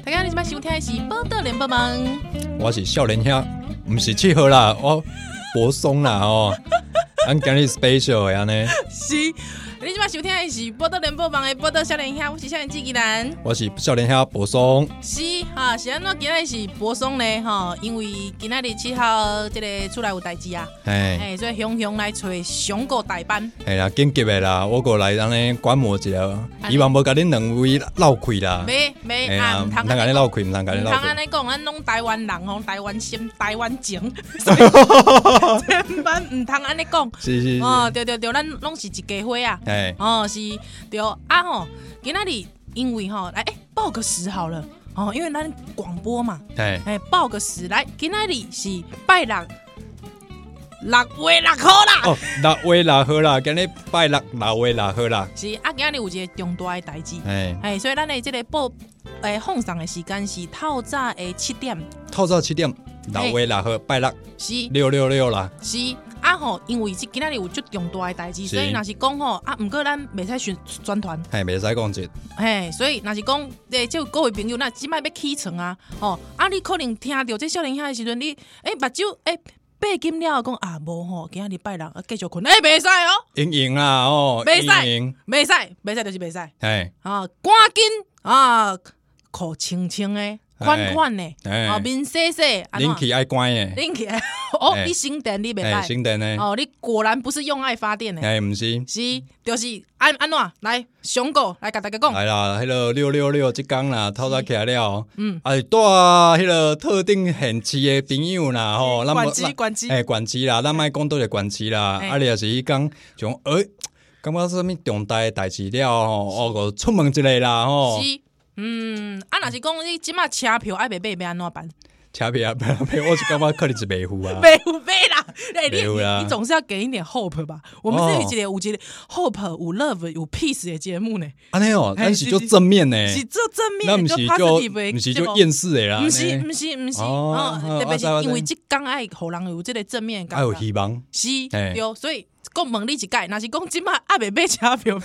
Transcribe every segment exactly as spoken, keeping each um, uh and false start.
大家你今摆收听的是《报道联播网》， 我是少年兄，不是七号啦，我柏松啦哦，咱今日 special 的安尼。 是，你今摆收听的是《报道联播网》的《报道少年兄》，我是少年纪纪兰， 我是少年兄柏松。 是哈，是安怎今日是柏松呢？哈，因为今仔日七号这个出来有代志啊， 哎哎，所以雄雄来找上个代班。 哎啦，紧急的啦，我过来安尼观摩一下，希望无甲恁两位闹开啦。 没没哎呀， 啊， 唔通甲恁闹开，唔通甲恁唔闹开。 通安尼讲，咱拢台湾人吼，台湾心，台湾情，千万唔通安尼讲。 是是是。 哦，对对对，咱拢是一家伙啊。 哎， 哦，是对啊吼，今仔日因为吼来哎报个时好了哦，因为咱广播嘛， 哎哎报个时来，今仔日是拜六六月六号啦。 哦，六月六号啦，今日拜六六月六号啦。 是啊，今仔日有一个重大的代志， 哎， 哎，所以咱的这个报诶放送的时间是透早的七点， 透早七点，六月六号拜六是六六六啦。 是。啊吼，因为今仔日有足重大的代志，所以若是讲吼啊，毋过咱袂使宣宣传， 嘿，袂使讲这， 嘿，所以若是讲，诶，即各位朋友，那即摆要起床啊，吼，啊，你可能听到这少年兄的时阵，你诶目睭诶闭紧了，讲啊无吼，今仔日拜六啊继续困，诶，袂使哦， 赢赢啦哦， 袂使赢， 袂使，袂使就是袂使， 哎， 啊，赶紧啊，裤清清的，款款的， 哎啊，面洗洗， 恁气爱关的， 恁起来，哦， 哎你省电你袂哎， 歹， 省电的， 哦，你果然不是用爱发电的。 哎，毋是。 是，就是安安怎来上个来甲大家讲， 来啦，迄个六六六即天啦，透早起来了，嗯，啊，带迄个特定县市的朋友啦，吼，咱管机管机， 诶，管市啦，咱莫讲倒个管市啦，啊，你也是迄讲像诶，感觉啥物重大的代志了吼，哦，个出门一个啦，吼， 是，嗯，啊，若是讲你即马车票爱袂买，要安怎办？ 车票啊，买我是感觉可能是袂付啊， 袂付买啦，哎，你袂啦你总是要给一点 hope 吧？我们这一节有一个 hope 有 love 有 peace 的节目呢， 安尼哦，咱是就正面呢， 是做正那面， 毋是就毋是就厌世的啦， 毋是毋是毋是，哦，特别是因为即天爱互人有这个正面感， 还有希望， 是，对，所以。讲问你一解，若是讲即马还袂买车票，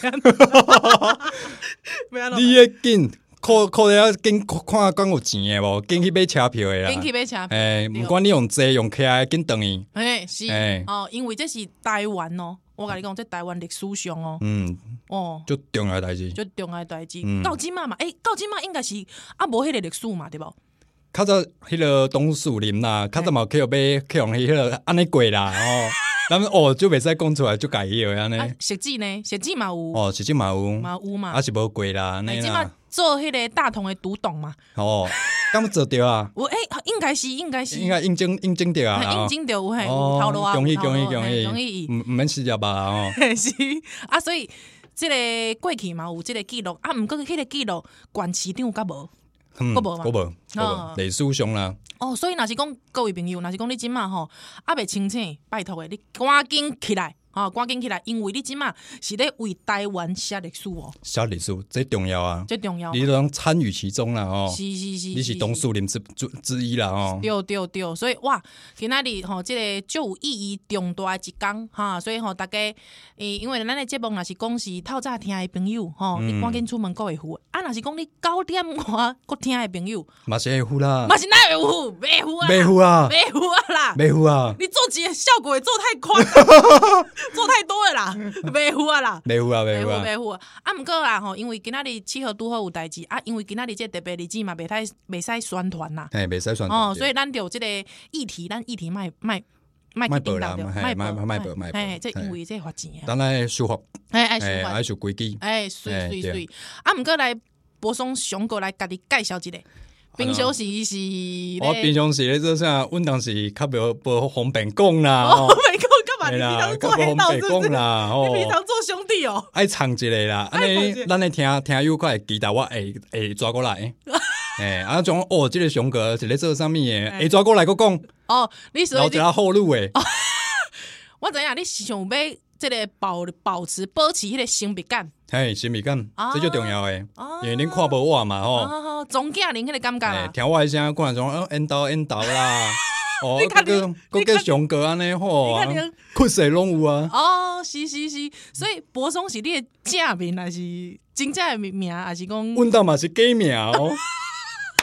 你也紧，靠靠了紧看讲有钱的无，紧去买车票的啦， 紧去买车票。 诶，毋管你用坐用骑的，紧等伊。 诶，是哦，因为这是台湾哦，我甲你讲，这台湾历史上哦， 嗯， 哦， 最重要的代志， 最重要的代志。到即马嘛，诶，到即马应该是啊，无迄个历史嘛，对无？ 较早迄个董树林啦，较早嘛去买去用迄个安尼过啦，哦。咱们哦，就袂使讲出来就改伊个安尼。 实际呢，实际嘛有哦，实际嘛有， 嘛有嘛， 啊是无过啦，安尼啦。 即嘛做迄个大同的独董嘛。 哦，敢做着啊？ 有诶，应该是应该是应该应征应征着啊， 应征着有嘿，有头路啊， 恭喜恭喜恭喜恭喜！ 毋毋免失业吧哦。 是啊，所以即个过去嘛有即个记录啊，毋过迄个记录县市长甲无。 嗯， 国无嘛， 国无，国无，历史上啦。 哦，所以若是讲各位朋友，若是讲你即马吼，还袂清醒，拜托诶，你赶紧起来，吼、哦，赶紧起来，因为你即马是咧为台湾写历史哦， 写历史这重要啊， 最重要， 你都能参与其中啦哦。 是是是， 你是董树林之之之一啦哦。 对对对，所以哇，今仔日吼，即、这个就有意义重大一天哈，所以吼，大家诶，因为咱的节目若是讲是透早听的朋友吼，你、嗯、赶紧出门够会付，啊，若是讲你九点外搁听的朋友， 嘛是会付啦， 嘛是哪会付，袂付啊， 袂付啊， 袂付啊啦， 袂付啊， 你做几个效果也做太宽，做太多了啦，袂付啊啦， 袂付啊，袂付啊， 袂付啊，啊，毋过啦吼，因为今仔日七号拄好有代志啊，因为今仔日这特别日子嘛，袂使袂使宣传啦， 嘿，袂使宣传哦，所以咱就这个议题，咱议题卖卖卖卖报啦， 卖卖卖报卖报， 哎，这因为这罚钱啊， 当然守法， 哎爱守法， 爱守规矩， 哎，水水水，啊，毋过来柏松上过来家己介绍一下。平常时是， 我平常时咧做啥？阮当时较无无方便讲啦， 方便讲干嘛？你平常做黑道是不是？你平常做兄弟哦， 爱藏一个啦，安尼咱咧听听友快会记得我会会抓过来。诶，啊种哦，即个上哥是咧做啥物诶？会抓过来个讲哦，你所以留一下后路诶。 我知影你想要即个保保持保持迄个亲密感。 嘿，亲密感，这就重要诶，因为恁看无我嘛吼， 总囝人迄个感觉啦， 听我诶声，可能种哦，引导引导啦，哦，个个个个上过安尼吼，屈势拢有啊。 哦，是是是，所以柏松是你诶正名还是真正诶名，还是讲？ 阮兜嘛是假名哦。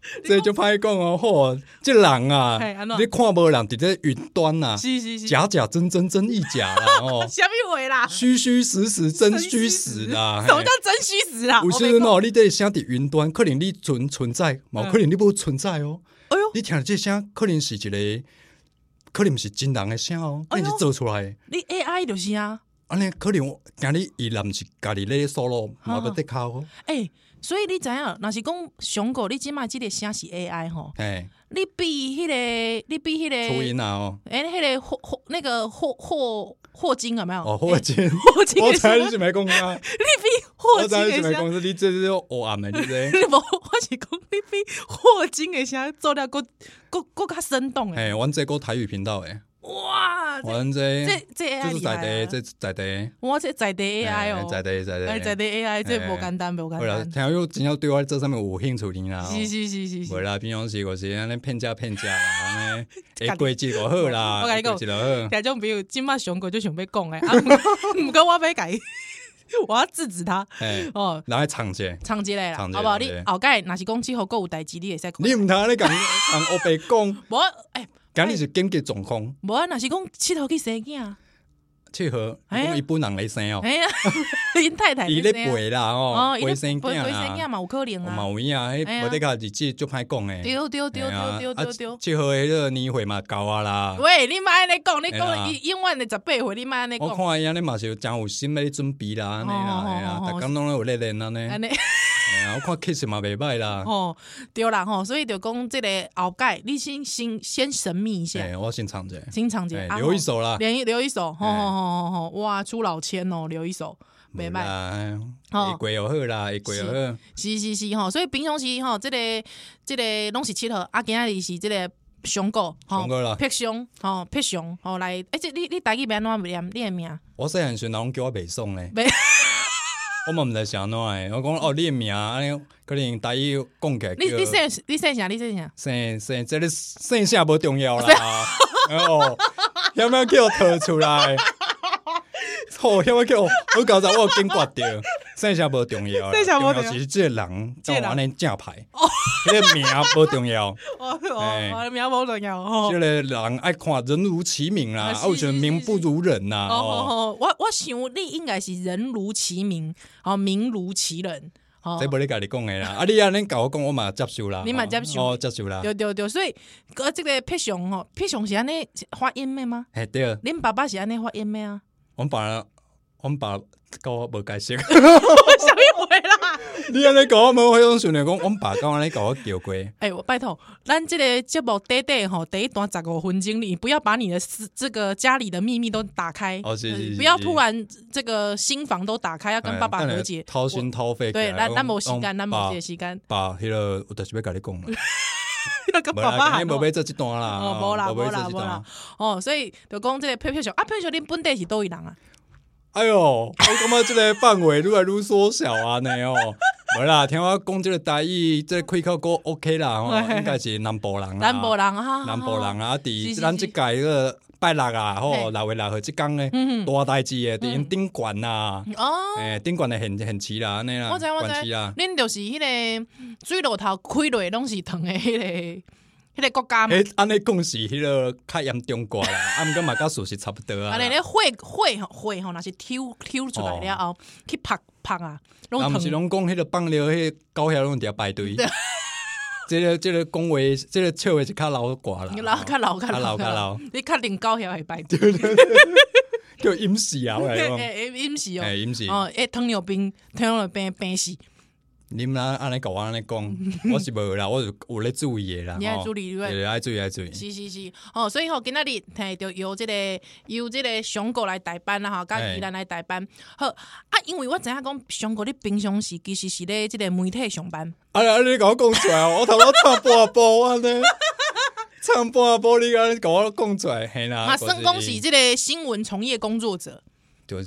这就歹讲哦，吼，这人啊，你看无人伫这云端啊， 是是是， 假假真真真亦假啦，哦， 什么话啦？ 虚虚实实真虚实啦， 什么叫真虚实啦？ 有时阵哦，你这声伫云端，可能你存存在，冇可能你不存在哦。哎呦，你听这声，可能是一个，可能是真人的声哦，你是做出来的。 你 A I 就是啊。 安尼可能今日伊若毋是家己咧 solo， 嘛要得靠。 诶，所以你知影，若是讲上个你即卖即个声是 A I 吼， 哎， 你比迄个，你比迄个初音啊哦， 诶，迄个霍霍那个霍霍霍金有没有？ 哦，霍金， 霍金， 我知你是咪讲啊？ 你比霍金的声，讲你这是黑暗的，你这。 无，我是讲你比霍金的声做了个个个较生动诶。 哎，阮这个台语频道诶。 哇！ 阮这这这 A I 这是在地，这在地。 我这在地 A I 哦， 在地在地， 在地 A I 这无简单，无简单。 听有真要对我这上面有兴趣呢啦。 是是是是是。 无啦，平常时我是安尼骗价骗价啦，安尼会过节就好啦， 我跟你讲， 就好。 听种比如今麦上过就想要讲诶，啊，唔过我要改。我要制止他， 哦，然后藏者， 藏一个啦，好不好？你后盖若是讲之后够有代志，你会使。 你唔通你讲讲黑白讲， 无诶， 今日是紧急状况。 无啊，若是讲佚佗去生囝， 佚佗，讲伊本人来生哦。 哎呀，因太太伊咧陪啦哦，陪生囝啦，陪生囝嘛有可能啊， 嘛有影，迄无得甲日子就歹讲诶。 对对对对对对对， 佚佗迄个年岁嘛到啊啦。 喂，你莫安尼讲，你讲伊永远的十八岁，你莫安尼讲。 我看伊安尼嘛是有真有心咧准备啦，安尼啦，哎呀，逐工拢咧有咧练安尼。安尼，哎呀，我看 kiss 嘛袂歹啦。 哦，对啦吼，所以就讲这个后盖，你先先先神秘一下。 哎，我先唱者， 先唱者， 留一首啦， 留留一首，吼吼吼吼，哇，出老千哦，留一首。袂歹， 会过又好啦，会过又好。 是是是吼，所以平常时吼，即个即个拢是佚佗，啊，今仔日是即个上古吼，辟上吼，辟上吼来，诶，即你你家己要安怎念你诶名？ 我细汉时阵人叫我袂爽咧，我嘛毋知啥怎诶。我讲哦，你诶名安尼，可能台语讲起来。 你你姓你姓啥？你姓啥？ 姓姓即个姓啥无重要啦。哦，要不要叫我吐出来？好，遐我叫我刚才我有警觉着，剩下无重要，重要是这个人，叫我安尼正牌，迄个名无重要， 哦哦，名无重要， 这个人爱看人如其名啦，啊，有时名不如人呐。 哦，我我想你应该是人如其名，哦，名如其人。 这无咧甲你讲诶啦，啊，你安尼甲我讲，我嘛接受啦， 你嘛接受， 哦，接受啦， 对对对，所以个这个辟上吼，辟上是安尼发音的吗？ 嘿对， 恁爸爸是安尼发音的啊？ 阮爸，阮爸甲我无解释， 啥物话啦？ 你安尼甲我无，我种想着讲，阮爸刚安尼甲我叫过。 哎，我拜托，咱这个节目短短吼，第一段十五分钟，你不要把你的这个家里的秘密都打开， 哦是是， 不要突然这个心房都打开，要跟爸爸和解， 掏心掏肺。 对，咱咱无时间，咱无这个时间。 爸，迄个有代志要甲你讲啦。 要跟爸爸喊， 无要做这段啦， 哦，无啦，无啦，无啦。哦，所以就讲这个飘飘熊啊，飘熊，恁本地是倒位人啊？ 哎呦，我感觉这个范围愈来愈缩小啊，呢哦。无啦，听我讲这个台语，这开口讲 OK 啦，吼，应该是南部人啦。 南部人啊， 南部人啊，伫咱即届个拜六啊，吼，六月六号即工咧，大代志诶，伫因顶悬呐。哦，诶，顶悬诶现现市啦，安尼啦， 我知我知，恁就是迄个水龙头开落拢是糖诶，迄个迄个国家嘛。 诶，安尼讲是迄个较严重寡啦，啊，毋过嘛甲事实差不多啊。 安尼咧火火火吼，若是抽抽出来了后，去拍拍啊。 啊，毋是拢讲迄个放了，迄狗遐拢伫遐排队。这个这个讲话，这个笑话是较老寡啦， 老较老较老较老。 你确定狗遐会排队？ 叫饮食啊，我来讲。 诶，饮食哦， 诶，饮食。 哦，诶，糖尿病，糖尿病病死。 你们安尼甲我安尼讲，我是无啦，我是有咧注意诶啦。 你爱注意对？ 对，爱注意爱注意。 是是是，哦，所以吼，今仔日嘿，就由这个由这个上国来代班啦，吼，甲宜兰来代班。好啊，因为我知影讲上国你平常时其实是咧这个媒体上班。 啊啊，你甲我讲出来哦，我头先唱半步安尼，唱半步你安尼甲我讲出来，嘿啦。 啊，算讲是这个新闻从业工作者。 就是。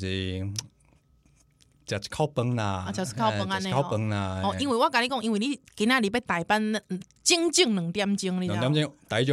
食一口饭啦， 啊，食一口饭安尼口饭啦。 哦，因为我甲你讲，因为你今仔日要代班，整整两点钟，你知道？ 两点钟，大丈夫。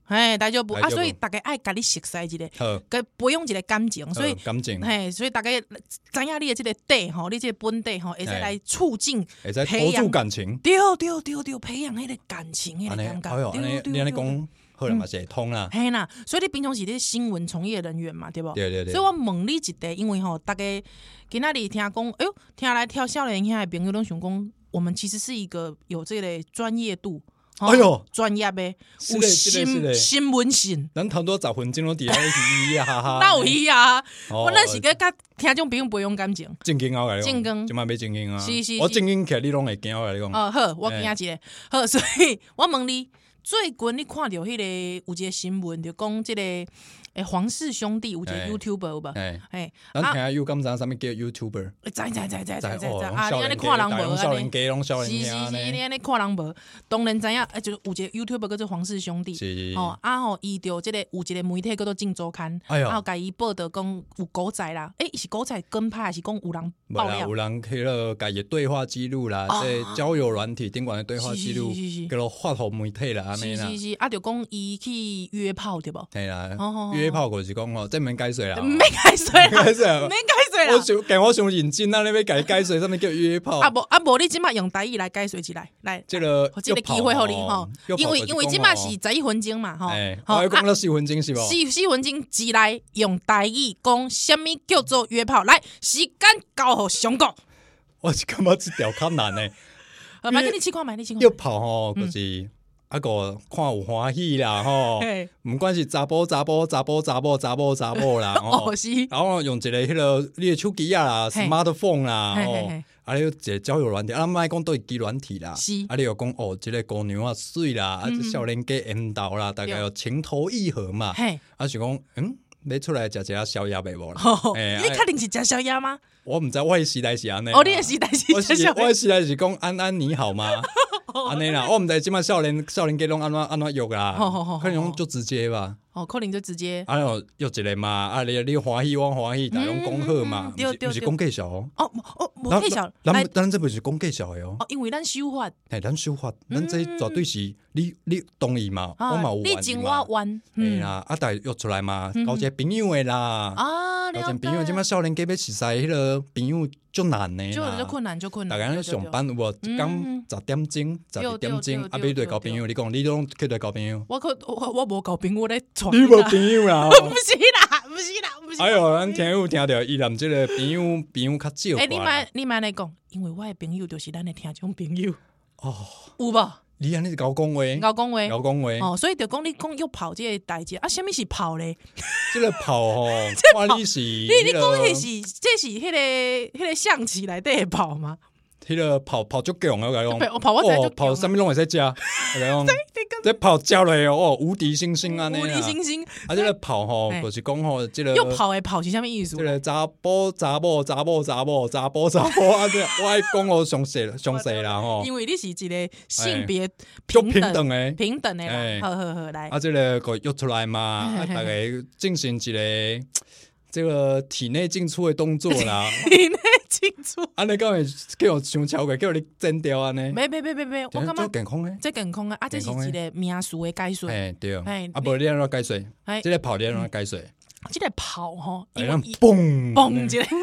嘿，大丈夫啊， 大丈夫所以大家爱甲你熟悉一个， 好， 甲培养一个感情，所以好感情嘿，所以大家知影你的这个底吼，你这个本底吼，会使嘿来促进会使培养投注感情。 对对对对，培养迄个感情，迄安尼， 个感哎呦， 觉， 安尼对对对。 你安尼讲，好啦嘛是会通啦。 嘿啦，所以你平常是咧新闻从业人员嘛，对不？ 对对对。 所以我问你一题，因为吼，大家今仔日听讲，哎呦，听来挑少年兄的朋友拢想讲，我们其实是一个有这个专业度， 哎呦， 专业的，有是嘞是嘞是嘞新新闻性， 咱头多十分钟拢伫咧嘻嘻哈哈。 那有伊啊， 哦我那是个甲听众朋友培养感情。 正经我甲你讲， 正经即摆要正经啊。 是是是我正经起来你拢会惊我甲你讲。 哦，好，我惊一个，好，所以我问你，最近你看到迄个有一个新闻，就讲即个诶黄氏兄弟有一个嘿 YouTuber 有无？ 哎， 嘿， 咱啊， 听有敢知啥物叫 YouTuber？ 知知知知知知知哦啊！你安尼少年看人无家拢少安尼？ 年家拢少是是年兄是，你呢。 安尼看人无？当然知影，诶，就是有一个 YouTuber 叫做黄氏兄弟， 是。 哦啊吼，伊着即个有一个媒体叫做《镜周刊》， 哎呦啊，甲伊报道讲有狗仔啦，诶，是狗仔跟拍还是讲有人无啦， 爆料有？人迄个家己对话记录啦， 哦即交友软体顶管的对话记录是是是是， 叫做发互媒体啦，安尼啦是是。是，啊，着讲伊去约炮对无？ 系啦哦哦，哦约炮就是讲吼，这免解说啦。 免解说啦， 解说啊免解说啦。 我想，跟我想认真，咱咧要家解说，啥物叫约炮？ 啊无啊无，你即马用台语来解说一来，来， 这个这个机会互你吼，因为因为即马是十一分钟嘛吼， 哎， 吼我要讲到四分钟是无？ 四四分钟之内用台语讲什么叫做约炮，来时间交互上国， 我是感觉这条较难诶。 好，来给你试看觅，你试看约炮吼，就是啊个看有欢喜啦吼嘿， 毋管是查甫查甫查甫查某查某查某啦吼哦，是， 然后用一个迄个你的手机啊啦嘿 ，smartphone 啦吼嘿嘿嘿。 啊，你有一个交友软体，啊，莫讲都是基软体啦， 是啊，你又讲哦，即、个姑娘啊水啦，啊， 嗯这少年家缘投啦，大概有情投意合嘛， 嘿， 啊，想讲嗯，要出来食一下宵夜袂无啦？ 吼哎你确定是食宵夜吗？ 我毋知我的时代是安尼啦， 哦，你的时代是我食宵夜， 是我的时代是讲安安你好吗？安尼啦，我毋知即摆少年少年家拢安怎安怎约啦好好好好， 可能讲就直接吧。 哦，可能就直接， 啊，有约一个嘛，啊，你你欢喜我欢喜，大家拢讲好嘛， 嗯对对毋是毋是对讲介绍哦。 哦哦，无介绍来咱咱咱这不是讲介绍的哦， 哦，因为咱修法嘿，咱手法，咱这绝对是你你同意嘛，我嘛有你情愿意嘛我，愿， 嘿嗯啦，啊，大家约出来嘛，交一个朋友的啦， 啊，了交一个朋友，即解， 摆少年家要熟悉迄个朋友就难的就就啦。 困难就困难， 大家咧对上班有无？一嗯工十點鐘、十二點鐘，啊，俾對交朋友，你講你都去對交朋友， 我可我我無交朋友我咧傳， 你無朋友啦？ 不是啦，不是啦，不是。 哎呦，咱聽有聽到伊南即個朋友朋友較少。 哎，你買你買來講，因為我的朋友就是咱的聽眾朋友， 哦， 有無？ 你安尼是搞講話， 我講話， 搞講話， 哦，所以就講你講要跑這個代志啊，什麼是跑咧？ 即個跑吼，看你是你你講的是這是迄個迄個象棋內底的跑嗎？ 迄個跑跑足強，我甲你講， 我跑我知哦，跑啥物攏會使食，我甲你講，這跑食落哦，無敵星星安尼無敵啦。 星星， 啊，即個跑吼， 嘿就是講吼，即個要跑的跑是什麼意思即？個查甫查某查某查某查甫查甫啊！即我愛講我詳細詳細啦吼。 因為你是一個性別足平等平等誒， 平等的哎啦，好好好來啊，，即個個約出來嘛，啊， 嘿嘿大家進行一個這個體內進出的動作啦。 你呢清楚？ 安尼敢會叫我傷超過，叫你剪掉安尼， 沒沒沒沒沒，我感做覺健康誒。 這健康啊，啊，這是一個名詞的解說。 誒對， 嘿啊無你安怎解說？ 哎即個跑你安怎解說？ 這個跑吼， 哎，咱因為伊嘣嘣一個，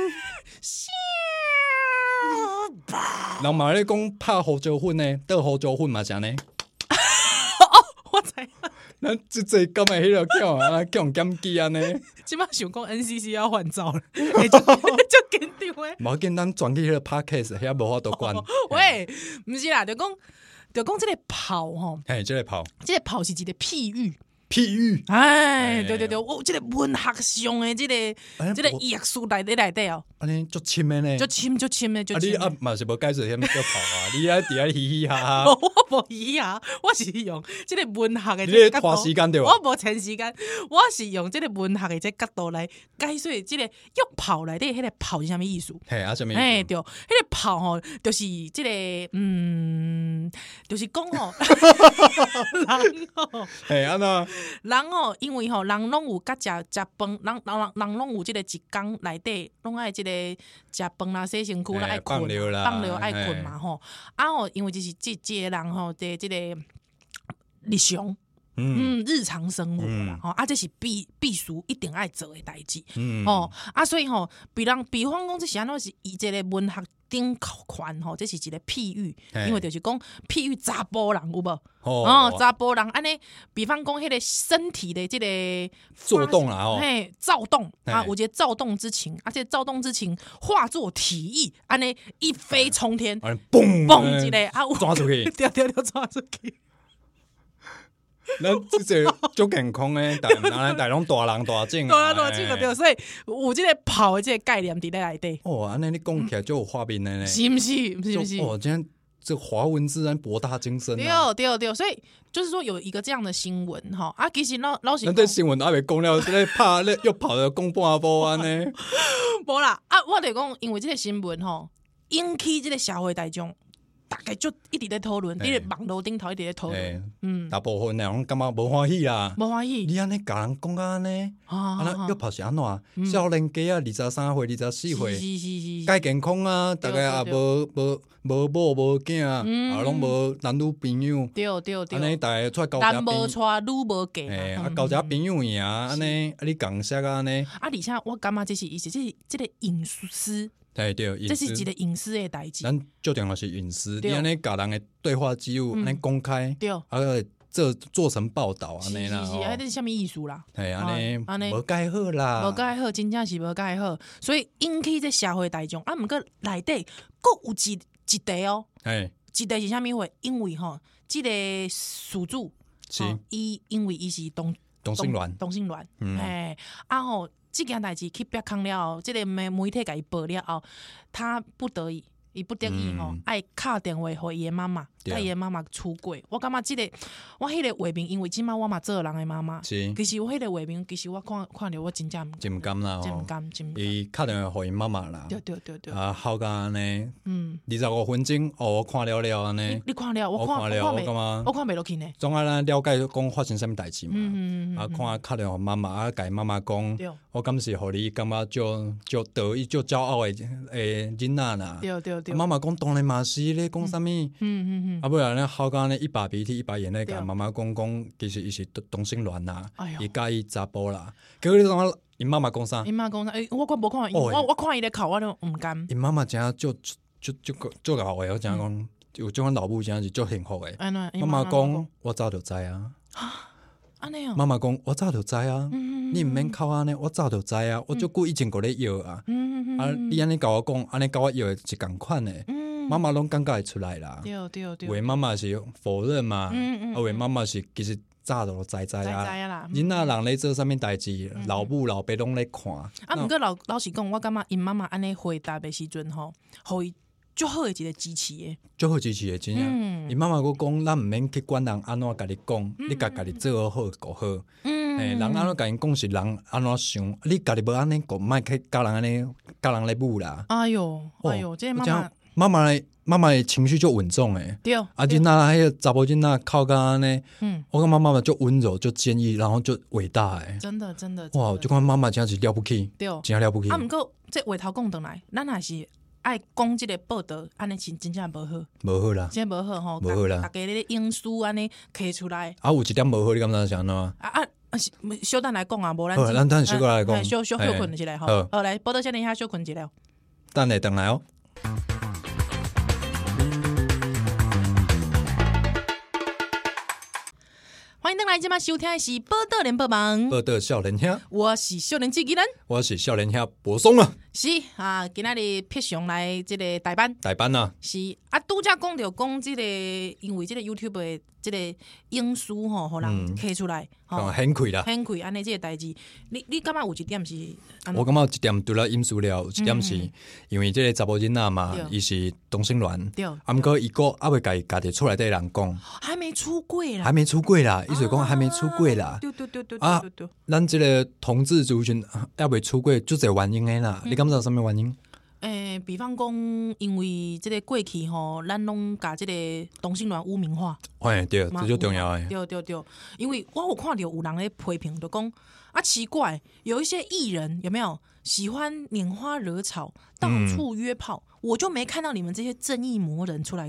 人嘛咧講拍胡椒粉呢，倒胡椒粉嘛是安尼。 我知。 咱即濟咁誒迄個叫啊叫人減機安尼， 即擺想講 N C C 要換照了，欸就就緊張誒。 無要緊，咱轉去迄個 podcast，遐無法度管。 喂，毋是啦，就講就講這個跑吼， 嘿，即個跑這個跑是一個譬喻。 譬喻， 哎， 哎對對對，我這個文學上的這個哎這個藝術內底內底哦， 安尼足深誒呢。 就深就深的就啊，你深的。 啊嘛是無解釋啥物叫跑啊？你啊佇遐嘻嘻哈哈， 我無伊啊，我是用這個文學的你這個角咧拖時度。 間對吧？ 我無前時間，我是用這個文學的這個角度來解說這個約跑內底迄個跑是啥物意思？ 嘿啊，啥物意思？ 哎，對，迄個跑吼，就是這個嗯，就是講吼，人吼， 嘿，安怎？ 人吼，因為吼，人攏有甲食食飯，人人人人攏有這個一工內底，攏愛這個食飯啦、洗身軀啦、 嘿愛困放尿啦放尿愛困嘿嘛吼。啊吼，因為就是這這個人吼，這這個日常嗯，日常生活啦，吼、嗯、啊，这是必必须一定爱做的代志， 嗯， 哦啊，所以吼、哦，比人比方讲，这是安怎是以这个文学顶款吼，这是一个譬喻，因为就是讲譬喻查甫人有无？哦，查甫人安尼，比方讲迄个身体的这个躁动啦，哦， 嘿，躁动啊，有一个躁动之情，而且躁动之情化作体意，安尼一飞冲天， 嘣嘣一个啊， 抓出去， 对对对，抓出去。 咱即个足健康诶，大拿来大拢大人大种， 大人大种个对，所以有即个跑的即个概念伫咧内底。 哦，安尼你讲起来就有画面诶呢， 是毋是？是毋是？ 哦，今天这华文自然博大精深、 啊。对对对，所以就是说有一个这样的新闻哈啊，其实老老实讲，那新闻还没讲了，在怕那又跑了公半波安呢？ 无啦啊，我得讲，因为这个新闻吼引起这个社会大众。大概就一直在讨论，伫个网络顶头一直在讨论，嗯， 大部分人感觉无欢喜啦， 无欢喜。 你安尼甲人讲安尼，啊，那又跑是安怎？少年家啊，二十三岁、二十四岁， 是是是， 介健康啊，大概也无无无某无囝，啊，拢无男女朋友， 对对对， 安尼大家出来交男无娶，女无嫁， 诶，啊，交一朋友尔，安尼，啊，你共识安尼， 啊，而且我感觉这是意思，这是这个隐私。 对对， 这是一个隐私的代志。 咱最重要是隐私，你安尼甲人的对话记录安尼公开， 对， 啊，做做成报道安尼啦， 是是是，啊，这是啥物意思啦？ 系安尼，安尼无介好啦， 无介好，真正是无介好，所以引起这社会大众啊，毋过内底各有一一题哦， 哎， 一题是啥物话？因为吼，这个事主是， 伊因为伊是同同性恋， 同性恋，哎，啊吼。这件代志去曝光了后，这个媒媒体给伊报了后，他不得已，伊不得已吼，爱敲电话给伊的妈妈，带伊的妈妈出柜。我感觉这个，我迄个画面，因为即马我嘛做人的妈妈，其实我迄个画面，其实我看看着我真正真甘啦， 真甘真。 伊敲电话给伊妈妈啦， 对对对对， 啊，好甲安尼， 嗯， 二十五分钟，哦，我看了了安尼， 你看了，我看了，我感觉， 我看袂落去呢。 总爱咱了解讲发生啥物代志嘛， 嗯嗯啊，看敲电话妈妈，啊，甲伊妈妈讲，我敢是互你感觉就就得意、就骄傲诶诶囡仔啦。 对对对， 妈妈讲当然嘛是咧，讲啥物？嗯嗯嗯， 啊，不然咧好甲咧一把鼻涕一把眼泪，甲妈妈讲讲，其实伊是同性恋啦，伊介意查甫啦。结果你讲因妈妈讲啥？ 因妈讲啥？诶，我看无看，我我看伊咧哭，我都毋甘。 因妈妈真就就就就搞诶，我真讲有种老母真是足幸福诶。妈妈讲，我早就知啊。 安尼哦。 妈妈讲，我早就知啊。你毋免哭安尼，我早就知啊。我足久以前过咧摇啊。啊，你安尼甲我讲，安尼甲我摇是共款诶。妈妈拢感觉会出来啦。 对对对。 为妈妈是否认嘛？啊，为妈妈是其实早就知知啊。囡仔人咧做啥物代志，老母老爸拢咧看。 啊，毋过老老实讲，我感觉因妈妈安尼回答的时阵吼，互伊足好诶一个支持诶， 足好支持诶，真正。因妈妈佫讲，咱毋免去管人安怎甲你讲，你家家己做好就好。诶，人安怎甲因讲是人安怎想，你家己无安尼讲，莫去教人安尼教人咧舞啦。 哎哟，哎哟，这妈妈妈妈诶，妈妈诶情绪就稳重诶。 对。 啊，囡仔迄个查甫囡仔哭甲安尼，嗯，我感觉妈妈就温柔、就坚毅，然后就伟大诶。 真的，真的。 哇，就看妈妈真是了不起， 对， 真了不起。 啊，毋过这话头讲转来，咱还是。爱讲即个报道，安尼真真正无好， 无好啦， 真无好吼， 无好啦。 大家咧因私安尼摕出来， 啊，有一点无好，你感觉是安怎？啊啊，小等来讲啊，无咱。 好，咱等小过来讲， 小小休困一下吼。好，来报道先等一下休困一下。 等下等来哦。 欢迎登来，今晚收听的是《报道联播网》， 报道少年兄， 我是少年机器人， 我是少年兄柏松啊。 是啊，今仔日撇上来这个台班， 台班啊， 是啊，拄则讲着讲这个，因为这个 YouTube 的这个因素吼，互人摕出来， 吼，很亏啦， 很亏，安尼这个代志，你你感觉有一点是？ 我感觉一点除了因素了，有一点是因为这个查某囡仔嘛，伊是同性恋， 对， 啊，毋过伊个还未家家己出来对人讲， 还没出柜啦， 还没出柜啦，意思讲还没出柜啦， 对对对对啊，咱这个同志族群还未出柜，就这原因诶啦，你感觉什么原因？ 诶、欸，比方讲，因为这个过去吼，咱拢甲这个同性恋污名化。 哎，对，这就重要诶。 对对对，因为我有看到有人咧批评，就讲啊奇怪，有一些艺人有没有喜欢拈花惹草、到处约炮，嗯、我就没看到你们这些正义魔人出来讲。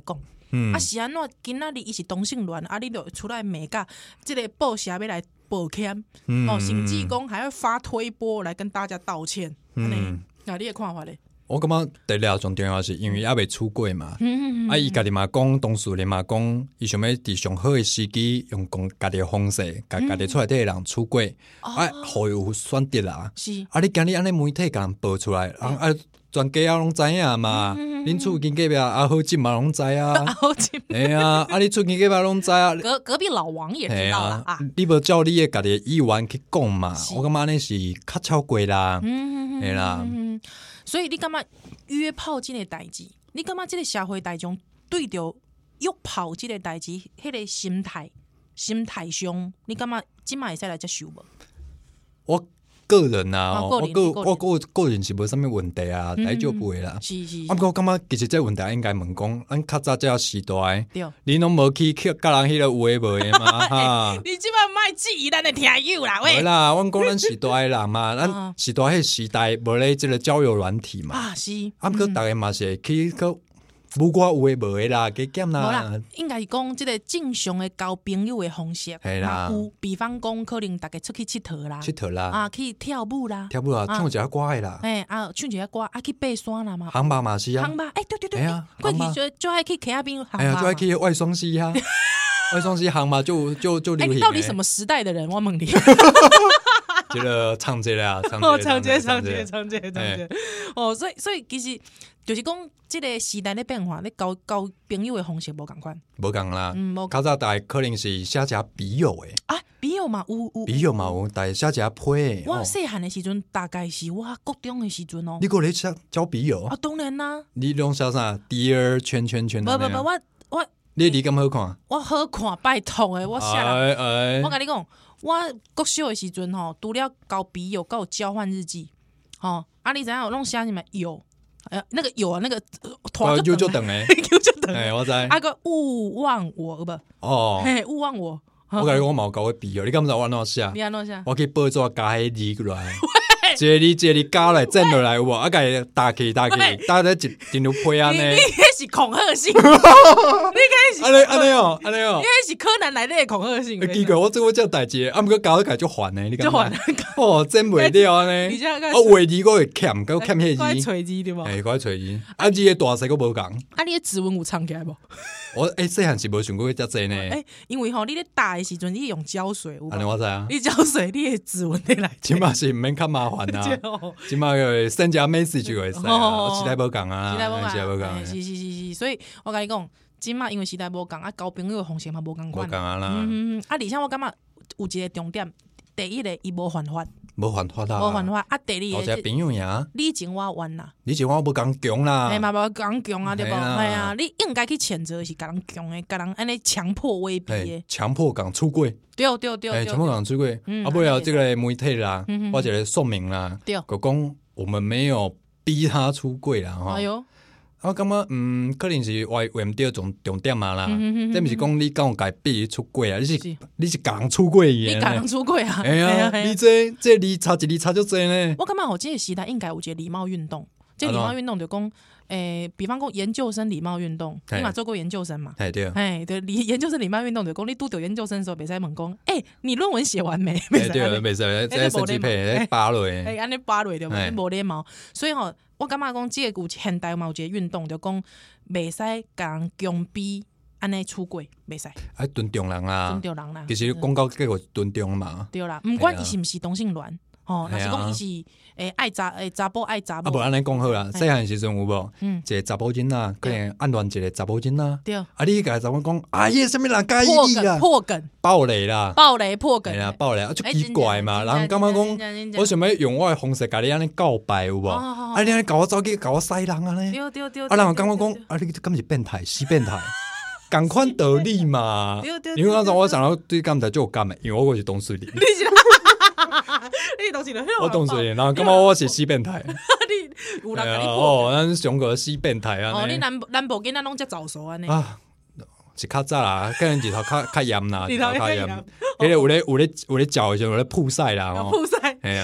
嗯、啊是安怎今仔日伊是同性恋，啊你就出来骂甲即个报社要来抱歉，嗯、哦甚至讲还要发推播来跟大家道歉，嗯，那你的看法咧？ 我感觉第二上重要是因为还未出柜嘛，嗯、啊伊家己嘛讲，当事人嘛讲，伊想要伫上好的时机用讲家己的方式，家家己出来底的人出柜，嗯、啊，互有选择啦。是，啊你今日安尼媒体甲人报出来，啊啊全家啊拢知影嘛，恁厝近隔壁啊好近嘛拢知啊，好近，哎呀，啊你厝近隔壁拢知啊， 隔隔壁老王也知道啦啊， 你无照你的家己的意愿去讲嘛，我感觉安尼是较超过啦，嗯，系啦。 所以你感觉约炮这个代志，你感觉这个社会大众对着约炮这个代志，迄个心态、心态上，你感觉今麦会使来接受无？ 我个人啊，哦、我个我个个人是无啥物问题啊，大丈夫诶啦。是是。啊，不过我感觉其实这问题应该问讲，咱较早这时代，你拢无去去甲人迄个有诶无诶嘛？哈！ 你即摆莫质疑咱诶听友啦，喂！ 没啦，阮讲咱时代诶人嘛，咱时代迄时代无咧即个交友软体嘛。啊是。啊，不过逐个嘛是会去个。无我有诶无诶啦，加减啦。 无啦，应该是讲即个正常诶交朋友诶方式。系啦，有比方讲，可能大家出去佚佗啦， 佚佗啦， 啊，去跳舞啦， 跳舞啦，唱一下歌诶啦。 诶啊，唱一下歌，啊去爬山啦嘛。 航巴嘛是啊。 航巴，诶对对对，过去就就爱去 K 那边航巴。 哎呀，就爱去外双溪啊，外双溪航嘛，就就就流行。 你到底什么时代的人？我问你。 这个唱这啦，唱这，唱这，唱这，唱这，唱这。哦，所以所以其实就是讲，这个时代的变化，你交交朋友的方式无共款， 无共啦。嗯，较早大可能是写一下笔友诶。 啊，笔友嘛有有。 笔友嘛有，但写一下批。 我细汉的时阵，大概是我国中的时阵哦。 你过来写交笔友啊？当然啦。 你拢写啥 ？Dear 圈圈圈。 不不不，我我。 你字咁好看？ 我好看，拜托诶，我写啦。我跟你讲。我国小的时阵吼，除了交笔友，还有交换日记，吼啊！你知影有拢写什么友？呃，那个友啊，那个团就就等诶， 就就等诶，我知。 啊个勿忘我不？ 哦， 嘿，勿忘我。 我甲你讲，我冇交过笔友，你敢知我安怎写？ 你安怎写？ 我去报纸加迄字过来。一个字一个字加来整落来有无？啊，甲伊打起打起，打咧一一路批安尼。 你迄是恐吓性，你迄是安尼安尼哦，安尼哦， 你迄是柯南内底的恐吓性。 奇怪，我做过这代志，啊，毋过搞一改就还呢，你敢？就还哦，真袂了安尼。啊，画字我会欠，搁欠迄字。 怪锤字对无？ 诶，怪锤字。啊，字的大细佫无共。 啊，你的指纹有藏起来无？ 我诶，细汉是无想过遮济呢。 诶，因为吼，你咧打的时阵，你用胶水， 安尼我知啊。 你胶水，你的指纹得来。 起码是毋免较麻烦啊。起码个 send 只 message 就会使啊，时代无共啊， 时代无共， 时代无共。 是是是是，所以我甲你讲，即马因为时代无共啊，交朋友的方式嘛无共款。 无共啊啦。 嗯嗯，啊，而且我感觉有一个重点，第一个伊无犯法。 无犯法啦， 无犯法啊！第二个，交朋友呀， 你情我愿啦， 你情我无共强啦， 哎嘛无共强啊，对无？系啊，你应该去谴责是甲人强诶，甲人安尼强迫威逼诶， 强迫共出轨， 对对对， 哎，强迫共出轨，啊，不了这个媒体啦，或者说明啦，就讲我们没有逼他出轨啦，哈。哎呦。我感觉嗯，可能是话话毋对重重点嘛啦，这毋是讲你讲家逼出轨啊，你是你是甲人出轨嘅，你甲人出轨啊？ 哎呀，你这这你差一你差就多呢。 我感觉吼，这个时代应该有一个礼貌运动，这礼貌运动就讲，诶，比方讲研究生礼貌运动，你嘛做过研究生嘛？ 哎对， 哎对，研究生礼貌运动就讲，你拄到研究生的时候，袂使问讲，哎，你论文写完没？ 哎对，袂使，这成绩配扒落， 哎，安尼扒落对无？无礼貌，所以吼。我感觉讲，这个有现代嘛有一个运动，就讲袂使甲人强逼安尼出轨，袂使。 爱尊重人啦， 尊重人啦。 其实讲到结果尊重嘛。 对啦，毋管伊是毋是同性恋，吼，若是讲伊是诶爱查诶查甫爱查某。 啊，无安尼讲好啦，细汉时阵有无？嗯，一个查甫囡仔可能暗恋一个查甫囡仔。对。啊，你甲查某讲，啊，伊什么人介意你啦？ 破梗， 爆雷啦！ 爆雷破梗。 系啦，爆雷啊，就奇怪嘛。人感觉讲，我想要用我诶方式甲你安尼告白有无？啊，你安尼甲我走去甲我塞人安尼。 对对对。 啊，人感觉讲，啊，你敢是变态，死变态。共款道理嘛。对对。因为那时候我想到对感觉就有感诶，因为我是董事里。 你当时就我当时，然后感觉我是死变态。 你有人甲你破？哦，咱上个死变态啊！ 哦，你南南部囡仔拢遮早熟安尼。 啊，是较早啦，个人日头较较严啦，日头较严。迄个有咧有咧有咧照的时候有咧曝晒啦， 曝晒， 系啊， 较较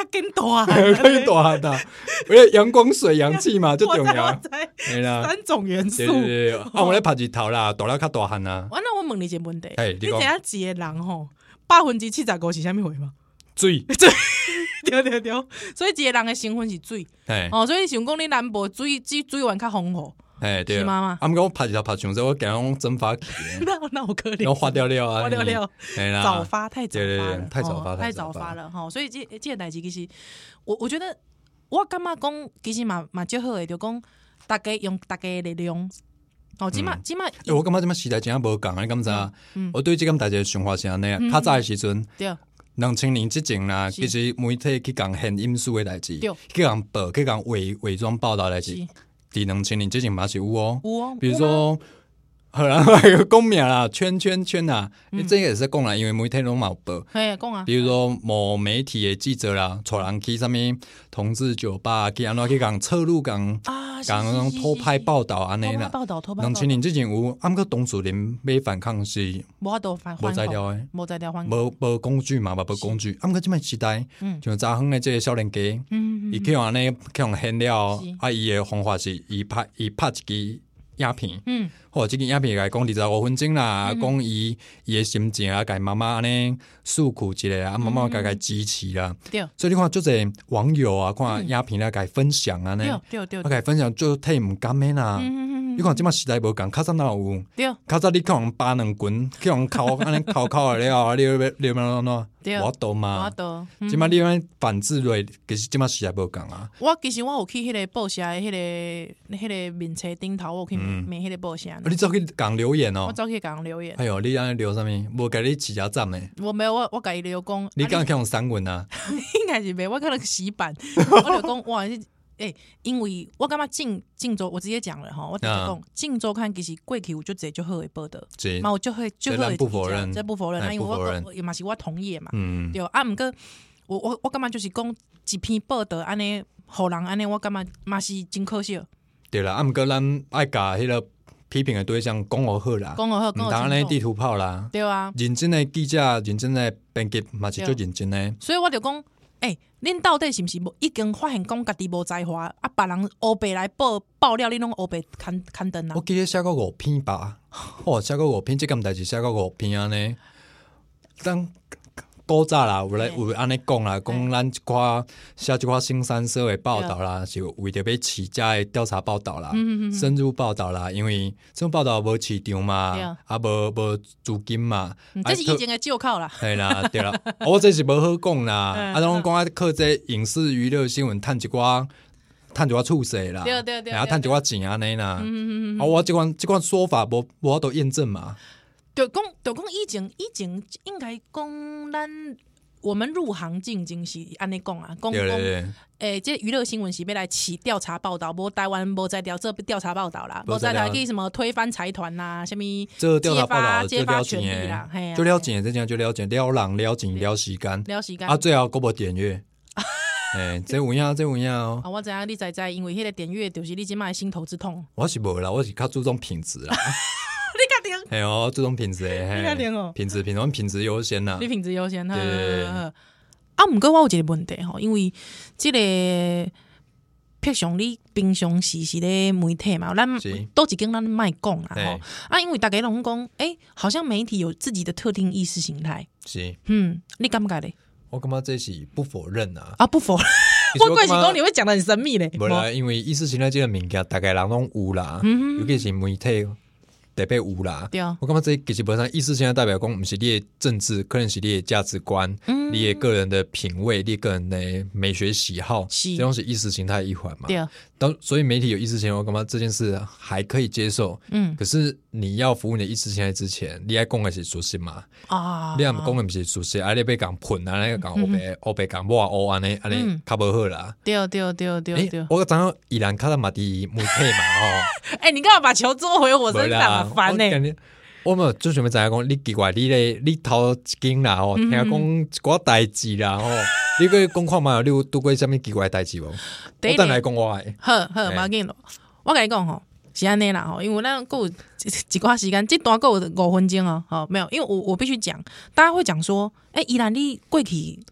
更大， 更大的，因为阳光、水、阳气嘛，就重要。 对啦，三种元素。 对对对，啊，我咧拍日头啦，大了较大汉啊。 我那我问你一个问题， 你知影一个人吼，百分之七十五是啥物货吗？ 水， 水，对对对，所以一个人的成分是水。哦，所以想讲你南部水水水源较丰富。 哎，对啊，啊，毋过我拍日头拍上时，我惊讲蒸发起， 那那我可怜， 然后发掉了啊， 发掉了， 哎啦， 早发太早发了， 太早发太早发了哈，所以这这个代志其实，我我觉得我感觉讲其实嘛嘛最好诶，就讲大家用大家的力量，哦，起码起码， 我感觉即马时代真啊无共，你感觉？我对即个大家想法是安尼啊，较早诶时阵， 对。 两千年之前啦，其实媒体去讲现因素诶代志，去讲报，去讲伪伪装报道代志。伫两千年之前嘛是有哦， 有哦， 比如说，好啦，讲名啦，圈圈圈啊，嗯、这个也是讲啦，因为媒体拢冇报， 嘿，讲啊， 比如说某媒体的记者啦，带人去上面同志酒吧，去安怎去讲侧录讲啊， 讲偷拍报道安尼啦， 报道偷拍， 两千年之前有，啊，毋过当初人要反抗是无法度反， 无材料诶， 无材料反， 无无工具嘛，无工具，啊，毋过即摆时代，嗯，像查远诶即个少年家，嗯，伊去用安尼去用现了，啊，伊诶方法是伊拍伊拍一支影片，嗯，或者即个影片来讲二十五分钟啦，讲伊伊诶心情啊，甲妈妈安尼诉苦一下啊，妈妈甲甲支持啦，对，所以你看，足侪网友啊，看影片啦，甲分享啊，呢， 对对， 啊，甲分享就替毋甘诶啦。你看即马时代无共，较早哪有？ 对， 较早你去互扒两拳，去互敲安尼敲敲了了，你要你要安怎？无法度嘛， 无法度。 即马你安反制类，其实即马时代无共啊。 我其实我有去迄个报社的迄个迄个面册顶头，我有去面迄个报社。 你走去共留言哦？ 我走去共留言。 哎呦，你安尼留啥物？无甲你起家站诶？ 我没有，我我甲伊留讲。 你敢去用散文啊？ 应该是袂，我可能洗版。我就讲哇！欸、因为我感觉镜镜周，我直接讲了哈，我直接讲镜周刊其实过去有就直接就好的报道，嘛我就会就会不否认， 这不否认，因为我也嘛是我同意嘛，嗯、对啊，毋过我我我感觉就是讲一篇报道安尼，互人安尼，我感觉嘛是真可惜。 对啦，啊毋过咱爱甲迄个批评的对象讲好好啦， 讲好好， 毋当安尼地图炮啦， 对啊， 认真的记者，认真的编辑嘛是最认真的， 所以我就讲。诶、欸，恁到底是毋是已经发现讲家己无才华啊？别人黑白来报爆料，恁拢黑白刊刊登啊？ 我记得写过五篇吧，哦，写过五篇，即件代志写过五篇安尼。当古早啦，有咧有安尼讲啦，讲咱一寡写一寡新三社的报道啦，是为着要起家的调查报道啦，嗯、深入报道啦，因为这种报道无市场嘛，啊无无资金嘛， 嗯、这是以前的借口啦。 系啦，对啦，我这是无好讲啦，啊，拢讲啊，靠这影视娱乐新闻，趁一寡。趁一寡厝势啦， 对对对， 然后趁一寡钱安尼啦，嗯嗯啊，我这款这款说法无无法度验证嘛。 就讲就讲以前以前应该讲咱我们入行进前是安尼讲啊，讲讲诶，这娱乐新闻是要来起调查报道，无台湾无在调这调查报道啦，无在调去什么推翻财团啦，什么这调查报道揭发权利啦， 就了解这样就了解了人了钱了时间了时间啊，最后佫无点阅。诶，这有影，这有影哦。 啊，我知影你知知，因为迄个点阅就是你即摆心头之痛。 我是无啦，我是较注重品质啦。 你确定？ 系哦，注重品质诶。 你确定哦？ 品质，品质，品质优先啦。 你品质优先， 对对对。 啊，毋过我有一个问题吼，因为即、这个平常你平常时是咧媒体嘛，咱都一间咱卖讲啦吼。啊，因为大家拢讲，诶、欸，好像媒体有自己的特定意识形态。 是。 嗯，你感觉咧？ 我感觉这是不否认啊！ 啊，不否认。我怪是讲你会讲得很神秘嘞。 无啦，因为意识形态这个物件，大概人拢有啦，嗯、尤其是媒体特别有啦。对啊，我感觉这其实本身意识形态代表讲，不是你的政治，可能是你的价值观，嗯、你的个人的品味，你个人的美学喜好，这种是意识形态一环嘛。对啊。当所以媒体有意识形态，我感觉这件事还可以接受。嗯。可是你要服务你的意识形态之前，你要讲的是属实嘛？啊。你要讲的不是属实，啊，你被讲喷啊，那个讲黑白黑白讲抹黑安尼安尼，较无好啦。 对对对对对。 我知影依然看到嘛，伫媒体嘛吼。 哎，你干嘛把球捉回我身上？烦呢。 我们最想要知影讲，你奇怪，你咧，你头一间啦吼，听讲一寡代志啦吼，你去讲看嘛，你有拄过啥物奇怪代志无？我等来讲我诶。 好好，马紧咯。我甲你讲吼，是安尼啦吼，因为咱够一寡时间，这段够五分钟哦。好，没有，因为我我必须讲，大家会讲说，哎、欸，依然你过去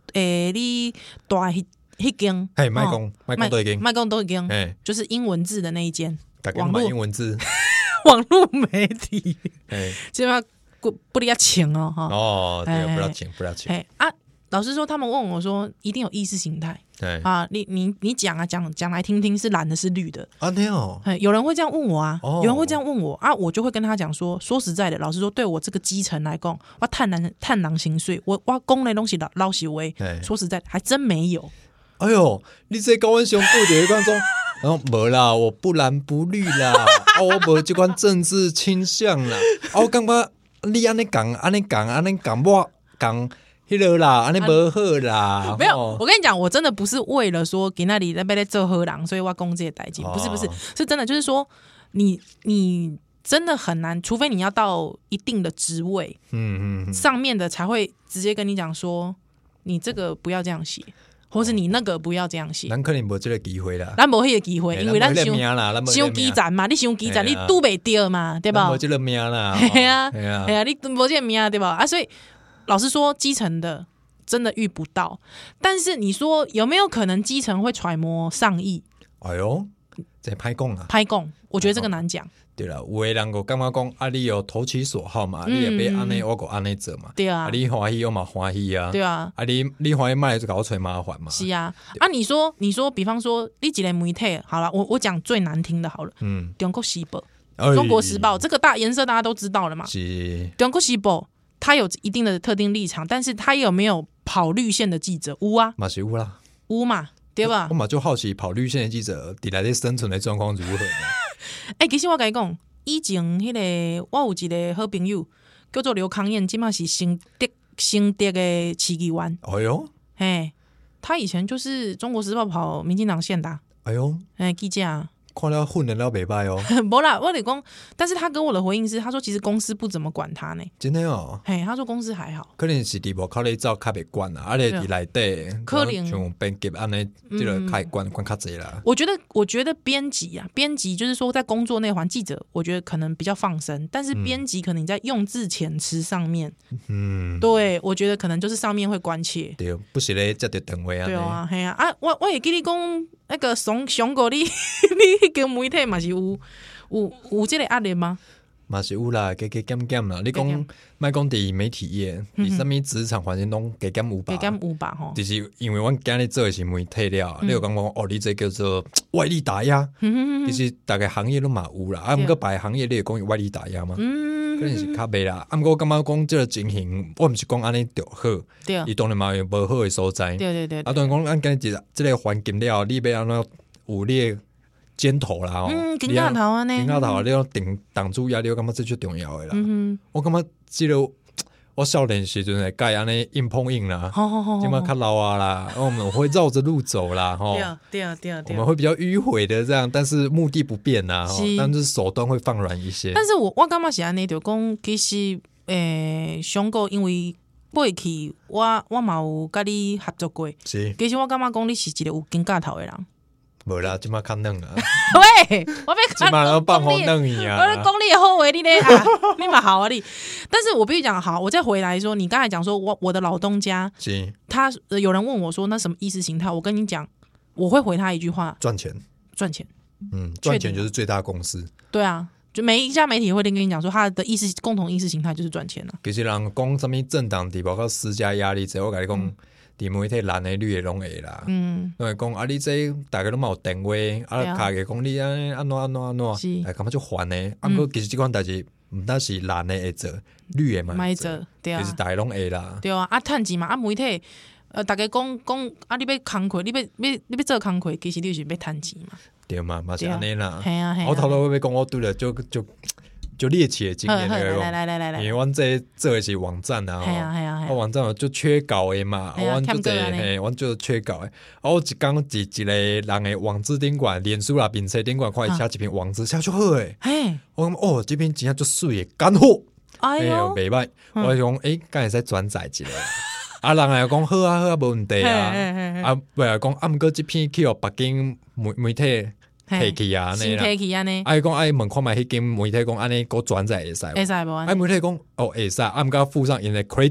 诶，你大迄迄间， 嘿，卖讲卖讲都一间， 卖讲都一间， 哎， 就是英文字的那一间， 网络英文字， 网络媒体， 哎， 基本上不不要请哦，哈， 哦，对，不要请，不要请， 哎啊，老实说，他们问我说，一定有意识形态。 对啊，你你你讲啊讲讲来听听，是蓝的是绿的啊？没有， 有人会这样问我啊， 哦、 有人会这样问我啊，我就会跟他讲说，说实在的，老实说，对我这个基层来讲，我探囊探囊行税，我我讲的东西老老实话，说实在的，还真没有。 哎呦，你这高温熊不觉得观众，然后没啦，我不蓝不绿啦，啊，我没这款政治倾向啦，啊，我感觉你安尼讲，安尼讲，安尼讲，我讲。迄个啦，安尼无好啦。 没有，我跟你讲，我真的不是为了说给那里在被在做好人，所以我讲这些代志，不是不是，是真的，就是说你你真的很难，除非你要到一定的职位，嗯嗯，上面的才会直接跟你讲说，你这个不要这样写，或是你那个不要这样写。 咱可能无这个机会啦， 咱无迄个机会，因为咱伤伤基层嘛，你伤基层，你拄袂到嘛，对吧？ 无这个命啦， 系啊，系啊，你无这个命对吧？啊，所以。老实说，基层的真的遇不到，但是你说有没有可能基层会揣摩上意？ 哎呦，这歹讲啊， 歹讲，我觉得这个难讲。 对啦，有的人个感觉讲啊，你有投其所好嘛，嗯、你也别安尼，我个安尼做嘛。 对啊， 啊你欢喜我嘛欢喜啊。 对啊， 啊你你欢喜卖就搞我找麻烦嘛。 是啊，啊你说你说，比方说你一个媒体，好了，我我讲最难听的好了，嗯，中国时报、哎、中国时报这个大颜色大家都知道了嘛， 是中国时报。他有一定的特定立场，但是他有没有跑绿线的记者？有啊， 嘛是有啦， 有嘛，对吧？ 我嘛就好奇跑绿线的记者底来的生存的状况如何呢？ 哎、欸，其实我跟你讲，以前迄、那个我有一个好朋友叫做刘康燕，今嘛是新德新德的市议员。 哎呦， 哎，他以前就是中国时报跑民进党线的、啊。 哎呦， 哎，记者、啊。 看了混的了袂歹哦， 没啦，我得讲，但是他跟我的回应是，他说其实公司不怎么管他呢。 真的哦， 嘿，他说公司还好， 可能是地部靠你照较袂管啦，而且伫内底可能像编辑安尼，这个开管管较济啦。 我觉得，我觉得编辑啊，编辑就是说在工作内环，记者我觉得可能比较放生，但是编辑可能你在用字遣词上面，嗯，对我觉得可能就是上面会关切， 对，不是咧接到电话啊， 对啊，嘿啊，啊，我我也跟你讲。那个上上过你你迄个媒体嘛是有有有这个压力吗？ 嘛是有啦，加加减减啦。你讲莫讲伫媒体业，伫啥物职场环境拢加减有吧？ 加减有吧吼。 就是因为阮今日做的是媒体了，嗯、你有讲讲哦，你这叫做外力打压。嗯、其实大概行业都嘛有啦，啊，毋过别行业你会讲有外力打压嘛？嗯，可能是较袂啦。啊，毋过感觉讲即个情形，我毋是讲安尼就好， 对， 伊当然嘛有无好的所在。 对对对。 啊，当然讲咱今日即即个环境了，你要安怎有你肩头啦， 嗯，肩胛头啊呢， 肩胛头，你要顶挡住压力，我感觉这最重要的啦。嗯、我感觉即个我少年时阵会改安尼硬碰硬啦，今麦较老啊啦，我们会绕着路走啦，吼， 对啊对啊对啊， 我们会比较迂回的这样，但是目的不变呐，但是手段会放软一些。 但是我我感觉是安尼，就讲其实诶，上过因为过去我我嘛有甲你合作过， 是， 其实我感觉讲你是一个有肩胛头的人。 无啦，即马较嫩啊！ 喂，我被即马要放好嫩伊啊！ 我的功力也后为你咧啊，你嘛好啊你。但是我必须讲好，我再回来说，你刚才讲说我我的老东家， 是他、呃、有人问我说那什么意识形态，我跟你讲，我会回他一句话： 赚钱， 赚钱。 嗯，赚钱就是最大公司。 对啊，就每一家媒体会跟你讲说，他的意识共同意识形态就是赚钱啊。 其实人讲什么政党地包括施加压力，之后我跟你讲。嗯伫媒体蓝的绿的拢会啦，嗯，因为讲啊，你这大家都嘛有电话，啊，卡个讲你安安怎安怎安怎，哎，感觉就烦呢。啊，不过其实这款代志毋但是蓝的会做，绿的嘛会做， 对啊， 其实大家拢会啦。 对啊，啊，趁钱嘛，啊，媒体呃，大家讲讲啊，你要工课，你要要你要做工课，其实你是要趁钱嘛， 对嘛，嘛是安尼啦。 系啊系啊， 我头头要讲我对了，就就。就猎奇的经验那个， 来来来来来， 因为阮这做的是网站啊， 系啊系啊， 我网站就缺稿的嘛，阮就这嘿，阮就缺稿的。啊，我一讲一一个人的网址顶管，脸书啦、并且顶管，快写一篇网址，写就好诶。嘿，我讲哦，这篇真正就水的干货，哎呦，袂歹。我讲诶，敢会使转载一下。啊，人来讲好啊好啊，无问题啊。啊，袂来讲啊，毋过这篇去互北京媒媒体。提起啊， 新提起啊呢？ 哎，讲哎，问看卖迄间媒体讲安尼，个转载会使， 会使无？ 哎，媒体讲哦会使，啊，毋过附上因的 credit，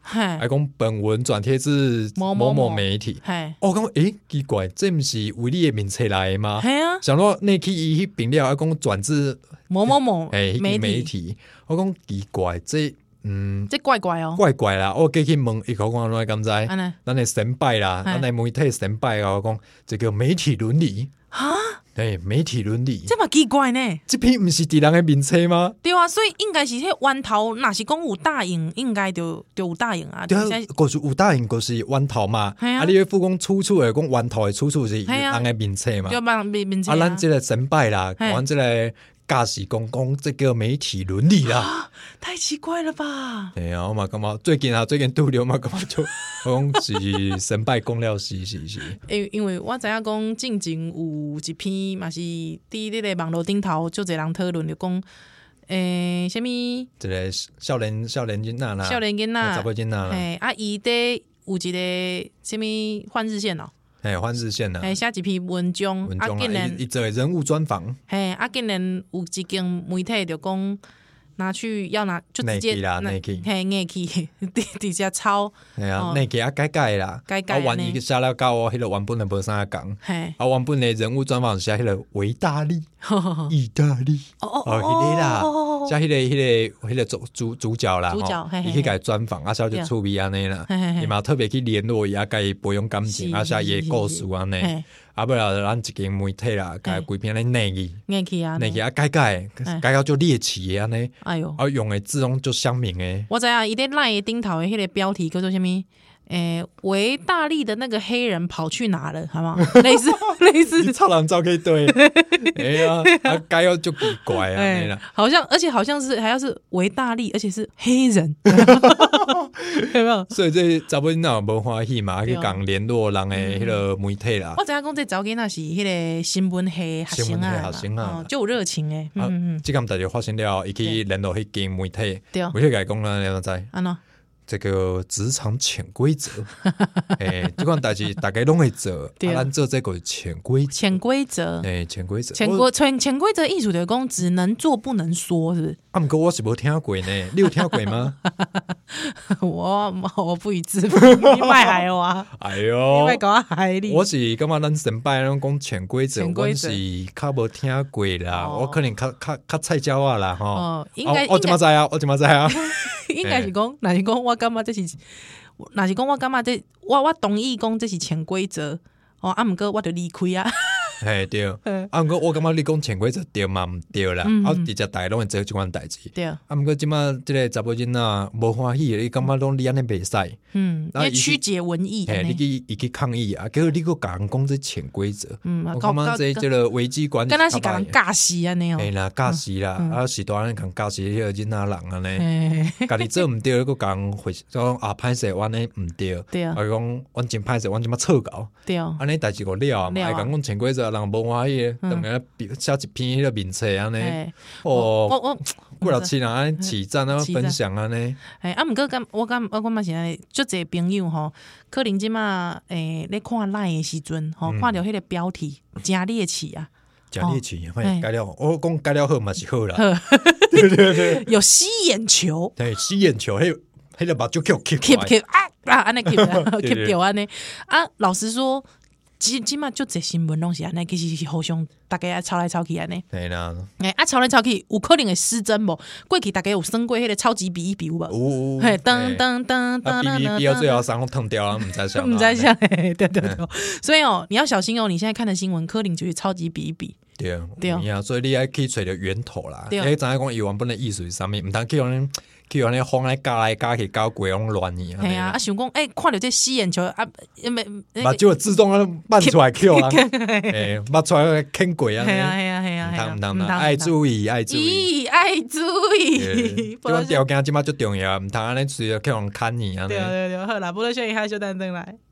还讲本文转贴自某某媒体。我讲诶奇怪，这不是为你的名册来的吗？想说那去伊迄边了，还讲转自某某某诶媒媒体。我讲奇怪，这嗯， 这怪怪哦， 怪怪啦！我过去问伊口讲，我敢知，咱的神拜啦，咱的媒体神拜啊，我讲这个媒体伦理哈， 对，媒体伦理， 这么奇怪呢？ 这篇不是敌人的名册吗？ 对啊，所以应该是迄弯头，若是讲有大影，应该就就有大影啊。 对啊，就是有大影，就是弯头嘛。啊，你副讲出处的讲弯头的出处是人的名册嘛？ 对啊，名册啊，咱这个神拜啦，咱这个。驾驶公公这个媒体伦理啦、啊， 太奇怪了吧？ 对啊，我嘛感觉最近啊，最近拄着嘛感觉就讲是神拜公料是是是。 因因为我知影讲近前有一篇嘛是伫迄个网络顶头，就侪人讨论就讲，诶、欸，什么？一个少年少年囡仔啦， 少年囡仔， 查甫囡仔啦， 诶，啊，伊伫有一个什么换日线哦。 嘿，换日线啦， 嘿，写一篇文章， 文章啊，竟然一做人物专访， 嘿，啊，竟然有一间媒体就讲拿去要拿，就直接啦，内去， 嘿，内去，底底下抄， 系啊，内去啊，改改啦， 改改， 啊，原伊写了到我迄个原本的无啥讲， 嘿， 啊，原本的人物专访写迄个维大利，意大利， 哦哦哦，迄个啦，写迄个迄个迄个主主主角啦， 主角， 伊去改专访，啊，写就趣味安尼啦，伊嘛特别去联络伊啊，甲伊培养感情，啊，写伊故事安尼。啊，不然咱一间媒体啦，改规篇咧内去， 内去啊， 内去啊，改改改到就猎奇安尼， 哎呦， 啊用的字拢就鲜明诶。 我知影伊咧赖顶头的迄个标题叫做什么？诶，维大利的那个黑人跑去哪了？好吗？类似类似， 超人照可以对，哎呀，啊改到就奇怪啊，啦， 好像而且好像是还要是维大利，而且是黑人，有没有？ 所以这查某囡仔无欢喜嘛，去讲联络人诶迄个媒体啦。 我知影讲这查某囡仔是迄个新闻系学生啊， 学生啊， 就有热情诶。嗯嗯， 这件代志发生了，伊去联络迄间媒体，媒体甲伊讲啦，你怎知？ 安怎？ 这个职场潜规则，诶、欸，这款代志大家拢会做，啊，咱做这个潜规则， 潜规则， 诶、欸，潜规则， 潜规潜潜规则艺术的讲只能做不能说，是不是？ 啊，不过我是无听过呢，你有听过吗？ 我我不予置评，你卖害我啊！ 哎呦， 你卖搞我害你！ 我是感觉咱神拜拢讲潜规则，我是较无听过啦，哦、我可能较较较菜鸟啊啦，吼、 哦，应该、 哦、我怎么知啊？我怎么知啊？ 应该是讲，若是讲我感觉这是，若是讲我感觉这，我我同意讲这是潜规则哦，啊，毋过我就离开啊。 嘿对，啊，毋过我感觉你讲潜规则对嘛毋对啦，啊，直接大家拢会做即款代志。 对啊， 啊，毋过即马即个查某囡仔无欢喜，你感觉拢你安尼袂使， 嗯，因为曲解文意， 嘿，你去伊去抗议啊，结果你个甲人讲这潜规则，嗯，我感觉这即个危机管理， 敢若是甲人教死安尼哦， 嘿啦，教死啦，啊，是大人共教死迄个囡仔人安尼，家己做毋对，个甲人回讲啊，歹势，我安尼毋对， 对啊， 啊，讲阮真歹势，阮即马错搞， 对啊， 安尼代志个了啊，爱讲讲潜规则。人无欢喜，等下写一篇迄个名册安尼，哦，我我过六七人安尼起赞啊，分享安尼。 哎，啊，毋过感我感我感觉是安尼，足侪朋友吼，可能即马诶咧看赖的时阵，吼看到迄个标题真猎奇啊， 真猎奇，改了，我讲改了好嘛是好啦，对对对， 有吸眼球， 对，吸眼球，迄迄个把就 keep keep keep 啊啊，安尼 keep keep 掉安尼啊，老实说。即即马就这新闻拢是安尼，其实是互相大家啊吵来吵去安尼。 对啦， 哎啊吵来吵去，有可能会失真无？过去大家有算过迄个超级比一比有无？ 有， 嘿，噔噔噔噔噔， 比比比到最后三个烫掉了，唔知想， 唔知想，对对对。所以哦，你要小心哦，你现在看的新闻，可能就是超级比一比。 对对啊，所以你还可以找到源头啦。哎，知影讲伊原本的艺术是啥物？唔通去用。去安尼风来加来加去搞鬼拢乱去。 系啊，啊想讲，诶，看到这吸眼球啊， 目睭自动啊漫出来 Q 啊，诶，漫出来牵鬼啊， 系啊系啊系啊， 唔通唔通，爱注意爱注意， 爱注意。 这款条件即马最重要，唔通安尼随着去人砍你啊。 对对对，好啦，不如先一下就等等来。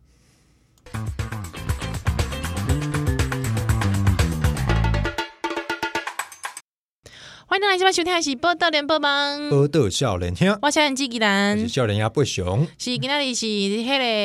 欢迎来今晚收听的是《报道联播网》， 报道少年兄， 我是人机器人， 是少年兄八雄， 是今仔日是迄个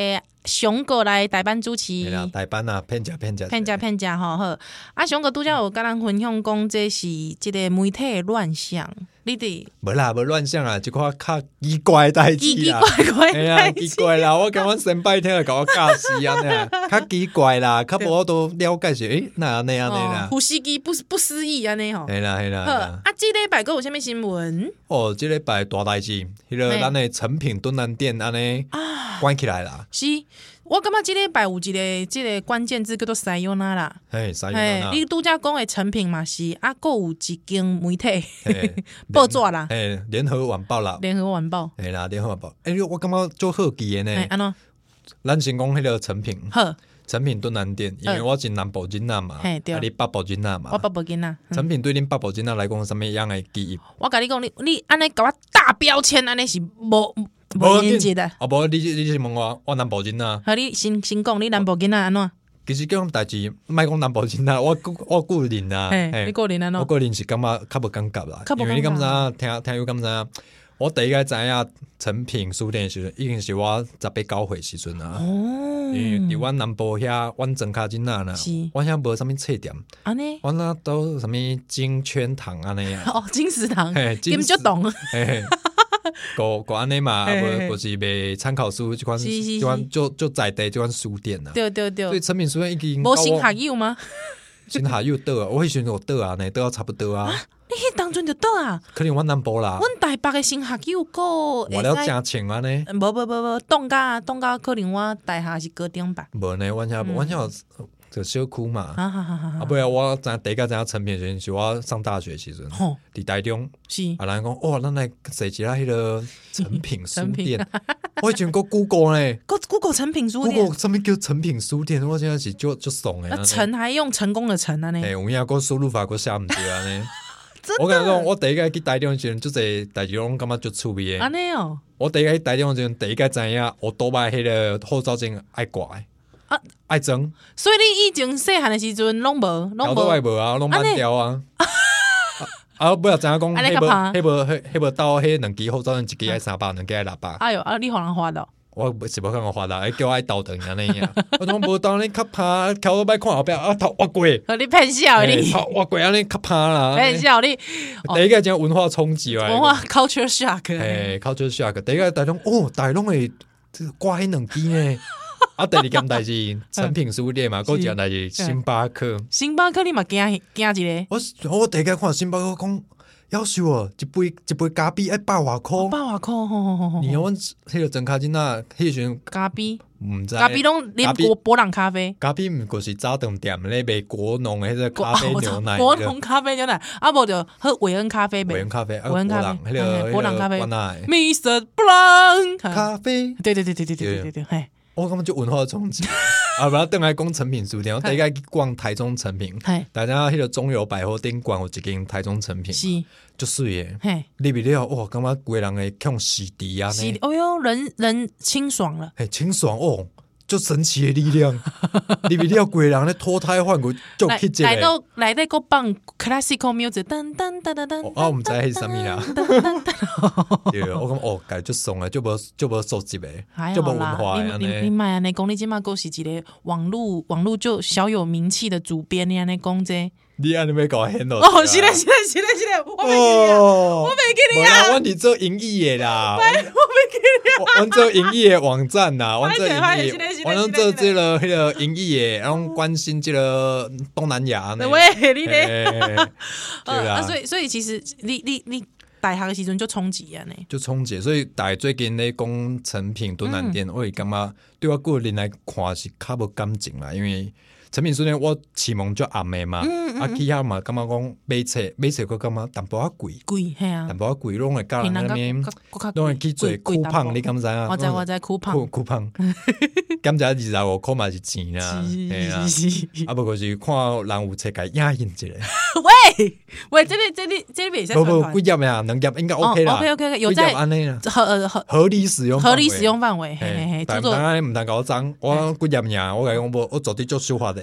熊哥来台班主持， 台班啊，骗食骗食骗食骗食吼好。啊，熊哥拄则有甲咱分享讲，这是一个媒体的乱象，你哋无啦，无乱象啊，即款较奇怪的代志啦， 奇奇怪怪的代志， 奇怪啦，我感觉先拜听甲我教死安尼，较奇怪啦，较无我都了解是，诶，那安尼安尼啦， 不思议不不思议安尼吼， 系啦系啦。 好，啊，即礼拜佫有啥物新闻？ 哦，即礼拜大代志，迄个咱的成品敦南店安尼关起来啦。 是，我感觉即礼拜有一个即个关键字叫做塞尤娜啦。 嘿，塞尤娜， 你拄则讲的成品嘛是，啊，佫有一间媒体报纸啦， 嘿，联合晚报啦， 联合晚报， 嘿啦，联合晚报。诶，我感觉做好记的呢。 安怎？ 咱先讲迄个成品， 好， 成品敦南店，因为我是南部囡仔嘛，啊，你北部囡仔嘛， 我北部囡仔。 成品对恁北部囡仔来讲，什么样的记忆？ 我甲你讲，你你安尼甲我大标签，安尼是无无连接的。 啊，无你你是问我，我南部囡仔。 好，你先先讲，你南部囡仔安怎？ 其實講代志，莫講南部囡仔，我我個人啊， 你個人安怎？ 我個人是感覺較無感覺啦， 因為你感覺聽聽有感覺，我第一個知影成品書店時陣，已經是我十八九歲時陣啊。哦，因為伫阮南部遐，阮莊卡囡仔啦，我遐無啥物冊店，安尼，阮那都啥物金圈堂安尼啊。 哦，金石堂，金足堂。 個個安尼嘛，無就是賣參考書即款，即款就就在地即款書店啊。 對對對， 所以成品書店已經無新學友嗎？ 新學友倒啊，我迄時陣有倒啊，呢倒啊差不多啊。 你迄當陣就倒啊？ 可能阮南部啦。 阮台北嘅新學友個， 我了正清安尼。 無無無無，凍甲凍甲，可能我大廈是高中吧。 無呢，阮遐阮遐就小區嘛。啊啊不然我知第一個知影成品時陣是我上大學時陣，佇台中。是啊，人講哇，咱來設一下迄個成品書店。我以前個 Google 呢 ，Google 成品書店 ，Google 上面叫成品書店，我真係是就就慫誒。 那成還用成功的成啊呢？ 誒，有影個輸入法個寫毋對啊呢。我跟你講，我第一個去台中時陣，就係代志攏感覺就趣味誒。 安尼哦。 我第一個去台中時陣，第一個知影我倒擺迄個護照證愛掛誒。啊，愛裝。 所以你以前細漢的時陣攏無，攏無。 都愛無啊，攏慢調啊。啊，不要知影講，迄無迄無迄迄無到迄兩支護照證，一支愛三百，兩支愛六百。 哎呦，啊，你互人發咯？ 我是無看我發啦，叫我愛倒等安尼啊。我講無倒你較怕，橋我擺看後壁啊，頭挖過。 你騙笑你， 頭挖過安尼較怕啦。 騙笑你， 第一個講文化衝擊啊， 文化 culture shock。 誒 ，culture shock。第一個大眾哦，大眾會掛迄兩支呢。啊，第二件代志，成品書店嘛，嗰件代志星巴克。 星巴克你嘛驚驚一個？ 我我第一個看星巴克講，夭壽哦，一杯一杯咖啡要百外箍， 百外箍，吼吼吼吼。 你阮迄個真卡真啊，迄時陣咖啡， 毋知咖啡攏啉果果凍咖啡， 咖啡毋過是早頓店咧賣果農誒迄個咖啡牛奶， 果農咖啡牛奶，啊無就喝韋恩咖啡， 韋恩咖啡， 韋恩咖啡， 迄個果凍咖啡 ，Mister Blanc 咖啡， 對對對對對對對對，嘿。 我感覺就文化衝擊啊！不要等來講成品書店，我第一個去逛台中成品，大家迄個中友百貨店逛有一間台中成品，是就水誒，入去了哇，感覺規個人會向洗滌啊，洗， 哦喲，人人清爽了， 嘿，清爽哦。就神奇的力量，你比了鬼人咧脱胎換骨就去一個， 來到來到個放 classical music，噔噔噔噔噔， 啊，我唔知係啥物啦。對，我講哦，改就爽了，就無就無素質誒，就無文化誒。 你你買安尼講，你即馬夠是一個網絡網絡就小有名氣的主編，你安尼講這。 你安尼要搞很多哦，是嘞是嘞是嘞是嘞，我袂記你啊，我袂記你啊， 我佇做營業的啦， 我袂記你啊， 我做營業的網站啦，我做營業，我攏做這個迄個營業的，然後關心這個東南亞呢。 喂，你咧， 對啦， 所以所以其實你你你大學嘅時陣就衝擊啊呢， 就衝擊，所以大家最近咧講成品敦南店，我會感覺對我個人來看是較無感情啦，因為。成品書店我啟蒙就暗暝嘛，嗯嗯、啊去遐嘛，感覺講買冊買冊個感覺淡薄仔貴， 貴係啊， 淡薄仔貴，攏會教人嗰邊，攏會去做酷胖，你敢知啊？ 我知我知酷胖， 酷胖，敢知二十五塊嘛是錢啦，係啊，啊不過是看人有冊個壓印一個。 喂喂，這裡這裡這裡袂使。 不不，幾頁呀？兩頁應該 OK 啦。 OK OK OK，有在合合合理使用合理使用範圍，嘿嘿嘿。 但係唔但搞髒，我幾頁呀？我講我我做啲做修法的。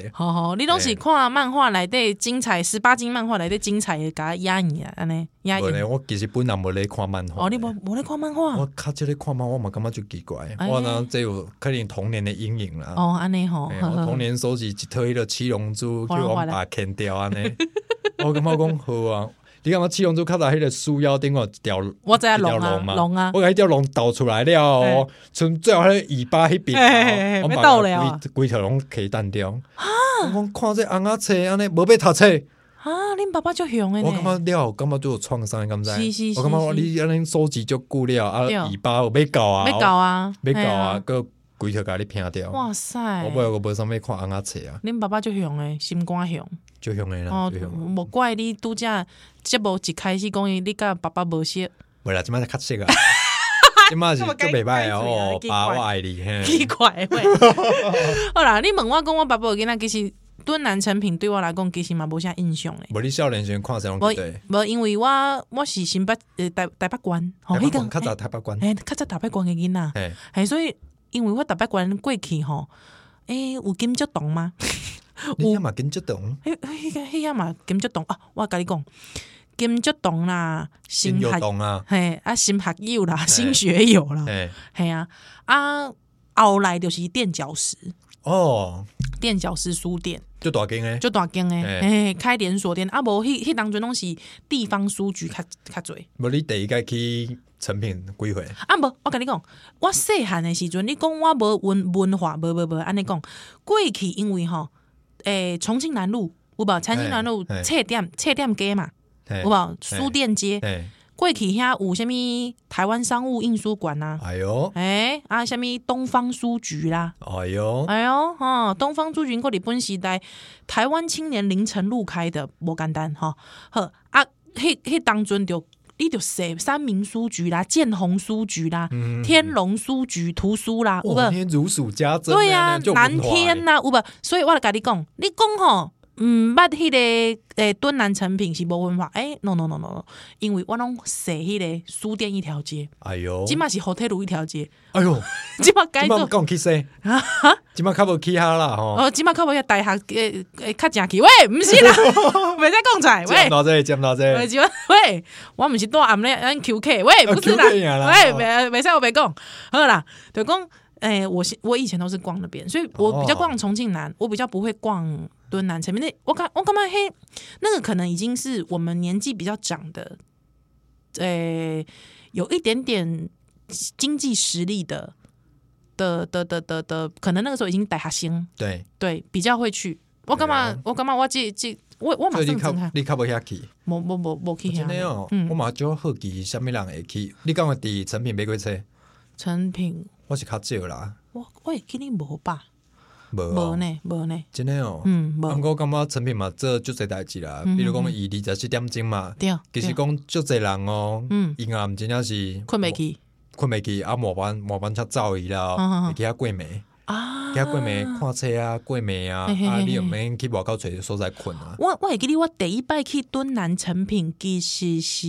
的。 好好，你拢是看漫画内底精彩，十八禁漫画内底精彩的，甲压你啊，安尼压你。 我其实本来无咧看漫画。 哦，你无无咧看漫画？ 我较少咧看漫画，我嘛感觉就奇怪。欸、我呢，这有可能童年的阴影啦。 哦，安尼吼， 欸、我童年收集一套迄个七龙珠，叫我把砍掉安尼。我感觉讲好啊。你感觉七龙珠较早迄个树腰顶有一条， 我知影龙啊，龙啊， 我甲迄条龙倒出来了哦，剩最后迄个尾巴迄边， 我把倒了， 规条龙起弹掉。啊！我讲看这红仔册安尼，无要读册。 啊！恁爸爸就凶诶， 我感觉了，感觉就有创伤，敢知？ 是是是， 我感觉你安尼收集就久了啊，尾巴有要搞啊， 要搞啊， 要搞啊，个规条甲你拼掉。 哇塞！ 我尾我无啥物看红仔册啊。 恁爸爸就凶诶，心肝凶。 就凶诶啦， 哦，无怪你拄则节目一开始讲伊，你甲爸爸无熟。 袂啦，即摆较熟啊，即摆是足袂歹哦，爸我爱你。 奇怪喂，好啦，你问我讲我爸爸有囡仔，其实敦南成品对我来讲其实嘛无啥印象诶。 无你少年时看啥拢记得？ 无，因为我我是新北呃台台北县， 台北县较早台北县， 诶，较早台北县诶囡仔，嘿，所以因为我台北县过去吼，诶，有金竹洞吗？ 你遐嘛金竹洞？ 迄迄迄遐嘛金竹洞啊！我甲你讲，金竹洞啦， 新学洞啊， 嘿啊，新学友啦，新学友啦，嘿啊啊，后来就是垫脚石哦， 垫脚石书店， 就大间诶， 就大间诶，嘿，开连锁店啊，无迄迄当阵拢是地方书局较较侪。 无你第一届去成品几岁？ 啊无，我甲你讲，我细汉诶时阵，你讲我无文文化，无无无，安尼讲，过去因为吼。诶、欸，重庆南路有无？重庆南路册店册店街嘛，有无？书店街过去遐有啥物台湾商务印书馆呐？ 哎呦， 诶、欸、啊，啥物东方书局啦？ 哎呦， 哎呦，哈，东方书局过日本时代，台湾青年凌晨路开的，无简单哈。好啊，迄迄当阵就。你就说三民书局啦、建宏书局啦、嗯、天龙书局图书啦，有无？ 如数家珍。 对啊，南天呐、啊，有无？所以我来甲你讲，你讲吼，嗯，捌迄个诶敦南成品是无文化，诶、欸、，no no no no， 因为我拢坐迄个书店一条街。 哎呦， 即马是后铁路一条街。 哎呦， 即马改做讲去说，即马较无去哈啦吼。 哦，即马较无遐大学诶诶较正去，喂，毋是啦，袂使讲出来，喂， 接到这，接到这， 喂，我毋是住暗咧，咱 Q K， 喂，不是啦，喂，袂袂使我袂讲，好啦，就讲，诶、欸，我我以前都是逛那边，所以我比较逛重庆南，我比较不会逛敦南成品。那我感我感觉嘿，那个可能已经是我们年纪比较长的，诶、欸，有一点点经济实力的。的的的的的，可能那个时候已经大学生， 对对，比较会去。我干嘛？我干嘛？我这这，我我马上睁开。 你较无遐去？ 无无无无去遐。 真的哦，嗯、我嘛就好奇，什么人会去？你讲的伫成品买过册？ 成品， 我是较少啦。 我我会记你无吧？ 无无呢，无呢。 真的哦， 嗯，无。 不过感觉成品嘛，做足侪代志啦。比如讲，伊二十四点钟嘛， 对， 其实讲足侪人哦，嗯，因暗真正是困袂去。 困袂去啊！末班末班才走伊啦，会去遐过暝啊，去遐过暝看册啊，过暝啊，啊，你又免去外口找所在困啊。 我我会记得我第一摆去敦南成品，其实是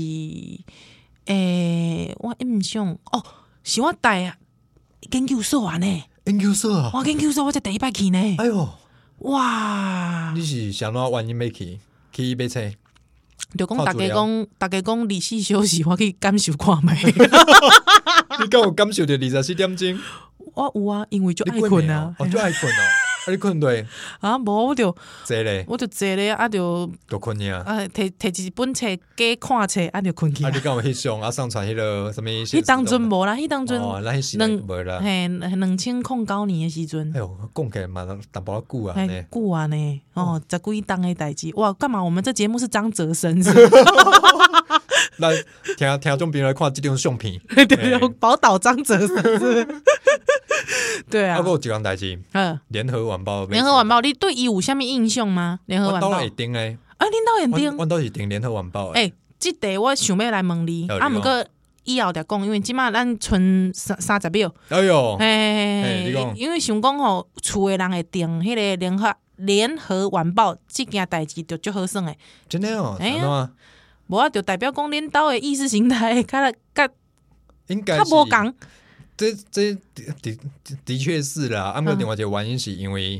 诶，我印象哦，是我带研究所啊呢， 研究所啊， 我研究所我才第一摆去呢。 哎呦， 哇！ 你是啥哪原因要去？去买册？ 就讲大家讲，大家讲历史休息，我去感受看觅。 你敢有感受到二十四点钟？ 我有啊，因为就爱困啊， 我就爱困哦。啊，你困对啊？无我就坐咧， 我就坐咧，啊就就困呀。 啊，摕摕一本册，加看册，啊就困去。 啊，你敢有翕相啊？上传迄个什么？ 迄当阵无啦，迄当阵哦，咱迄时无啦。 嘿，两千零九年诶时阵。 哎呦，讲起来嘛，淡薄仔久啊， 呢久啊呢。哦，十几档诶代志，哇，干嘛？我们这节目是张哲生是？ 咱听听众朋友来看这张相片， 对对，宝岛张哲生是。对啊， 还有一样代志，嗯，联合晚报， 联合晚报，你对伊有啥物印象吗？联合晚报， 我倒会订诶， 啊，恁倒会订， 我倒是订联合晚报诶。 诶，即题我想要来问你，啊，毋过以后再讲，因为即马咱剩三三十秒。 哎呦， 嘿，你讲，因为想讲吼，厝诶人会订迄个联合联合晚报，即件代志就足好耍诶。 真的哦，哎呀， 无啊，就代表讲恁兜诶意识形态，较较应该较无共。 这这的的确是啦，啊，毋过另外一个原因是因为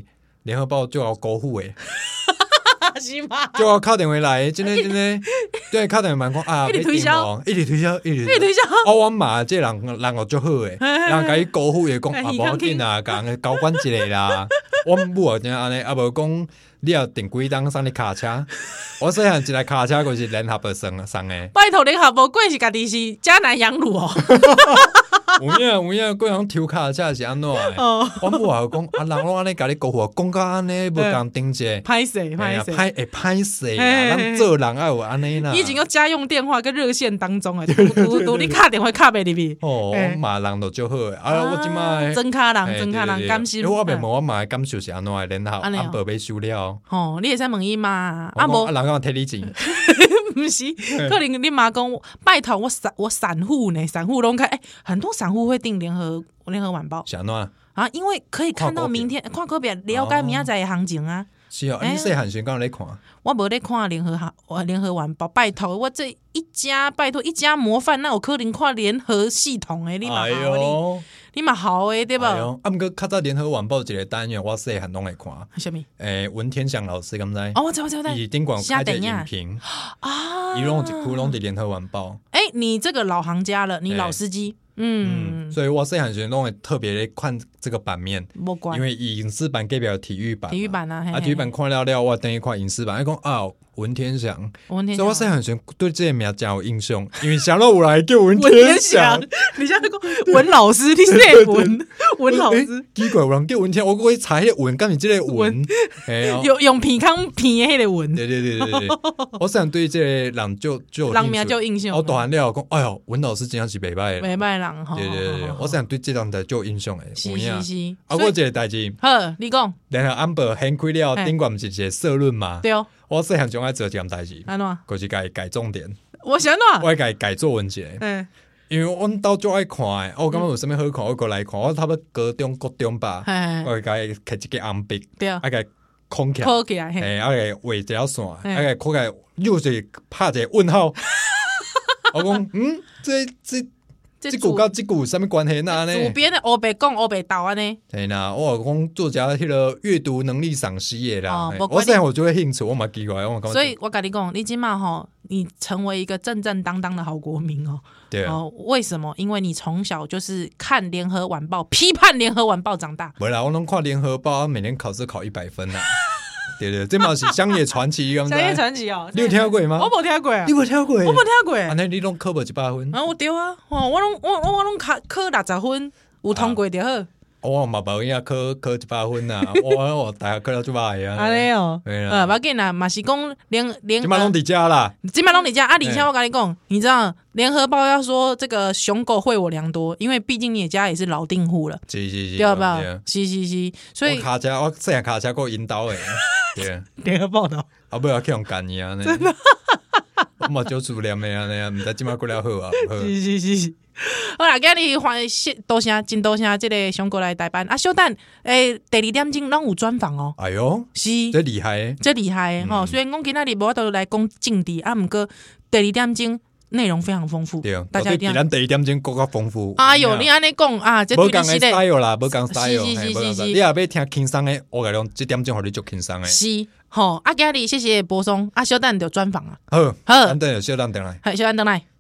联合报就要辜负诶。 是吗？ 就要敲电话来，真的真的，对，敲电话讲啊， 一直推销， 一直推销，一直推销。 哦，我妈这人人哦足好诶，人甲伊辜负诶，讲啊，无要紧啊，甲人交关一个啦。我母真安尼，啊无讲你要订几档送你卡车，我细汉一台卡车就是联合报送送诶。 拜托联合报贵是家己是迦南羊乳哦。 有影有影，个人抽卡车是安怎诶？我母话讲啊，人拢安尼甲你辜负，讲到安尼无共顶者， 歹势歹势， 歹会歹势啦。咱做人爱有安尼啦。 已经有家用电话跟热线当中啊，拄拄你敲电话敲袂入去。 哦，我嘛人都足好诶，啊，我即摆真卡人真卡人感受。 我袂问我嘛诶感受是安怎诶，然后安报要收了。 哦，你会使问伊嘛？啊无人讲摕你钱。 不是，可能你妈讲拜托我散我散户呢，散户拢看，哎、欸，很多散户会订联合联合晚报， 是安怎啊？因为可以看到明天看股票，了解明仔载的行情啊。 是啊，你细汉时敢有咧看？ 我无咧看联合行联合晚报，拜托我这一家拜托一家模范，那有可能看联合系统诶，你嘛好你。你嘛好诶，对吧？ 啊，毋过较早联合晚报一个单元，我细汉拢会看。 什么？ 诶，文天祥老师敢知？ 哦，我知我知我知。 伊顶广开的影评啊，伊拢一窟拢伫联合晚报。 诶、欸，你这个老行家了，你老司机。嗯, 嗯， 所以我细汉时拢会特别看这个版面， 因为影视版隔壁有体育版， 体育版啊， 啊，体育版看了了，我等于看影视版，伊讲啊，文天祥， 文天祥， 所以我细汉时对这个名真有印象，因为想到有来叫文天祥， 你现在讲文老师，你是文文老师， 奇怪，有人叫文天，我过去查迄个文，敢是这个文， 用用鼻康鼻的迄个文， 对对对对对，我细汉对这个人就就人名就印象， 我大汉了讲，哎呦，文老师真正是袂歹， 袂歹人。 对对对，我想对这人的就有印象诶。 是是是。 啊，我一个代志， 好，你讲。 然后安报掀开了，顶管不是一个社论嘛？ 对哦。 我细汉总爱做这件代志。 安怎？ 就是改改重点。 我想怎？ 我改改作文节。嗯。因为阮兜就爱看诶，我感觉有啥物好看，我过来看。我差不多高中、高中吧，我改摕一个红笔， 对啊， 啊改空起来， 空起来， 嘿，啊改画一条线，啊改空起来又是拍一个问号。我讲，嗯，这这。这句跟这句有什么关系呢？ 主编的黑白讲黑白倒安呢？ 对啦，我讲作家迄个阅读能力赏析的啦。 哦、 我现在我就会兴趣，我蛮奇怪，我所以我跟你讲，你今嘛吼，你成为一个正正当当的好国民哦。 对哦，为什么？因为你从小就是看联合晚报，批判联合晚报长大。 不啦，我拢看联合报，每年考试考一百分啦。对对，这嘛是乡野传奇， 乡野传奇哦， 你有听过吗？ 我无听过， 你无听过， 我无听过。 安尼你拢考无一百分？ 啊，我对啊，哦，我拢我我我拢考考六十分，有通过就好。 我嘛无影考考一百分呐，我我大学考了一百个啊。 安尼哦，呃，无要紧啦，嘛是讲联联， 今嘛拢伫遮啦， 今嘛拢伫遮啊。而且我跟你讲，你知道联合报要说这个熊狗惠我良多，因为毕竟你家也是老订户了， 是是是， 对吧？是是是，所以卡车我细汉卡车够引导诶，对， 联合报道， 啊不要去用干伊啊，真的，我嘛就自念诶安尼，毋知今嘛过了好啊， 是是是。好啦，今日欢谢多谢真多谢这个熊过来代班啊，小等诶，第二点钟拢有专访哦。 哎哟， 是这厉害， 这厉害吼！虽然讲今仔日无法度来讲政治啊，毋过第二点钟内容非常丰富， 对， 大家一定要。 咱第一点钟更加丰富。 哎哟，你安尼讲啊，这无讲诶 style 啦，无讲 style， 是是是是， 你也要听轻松诶，我讲这点钟互你足轻松诶。 是，吼啊，今日谢谢柏松啊，小等就专访啊。 好， 好， 咱等下小等等来， 好，小等等来。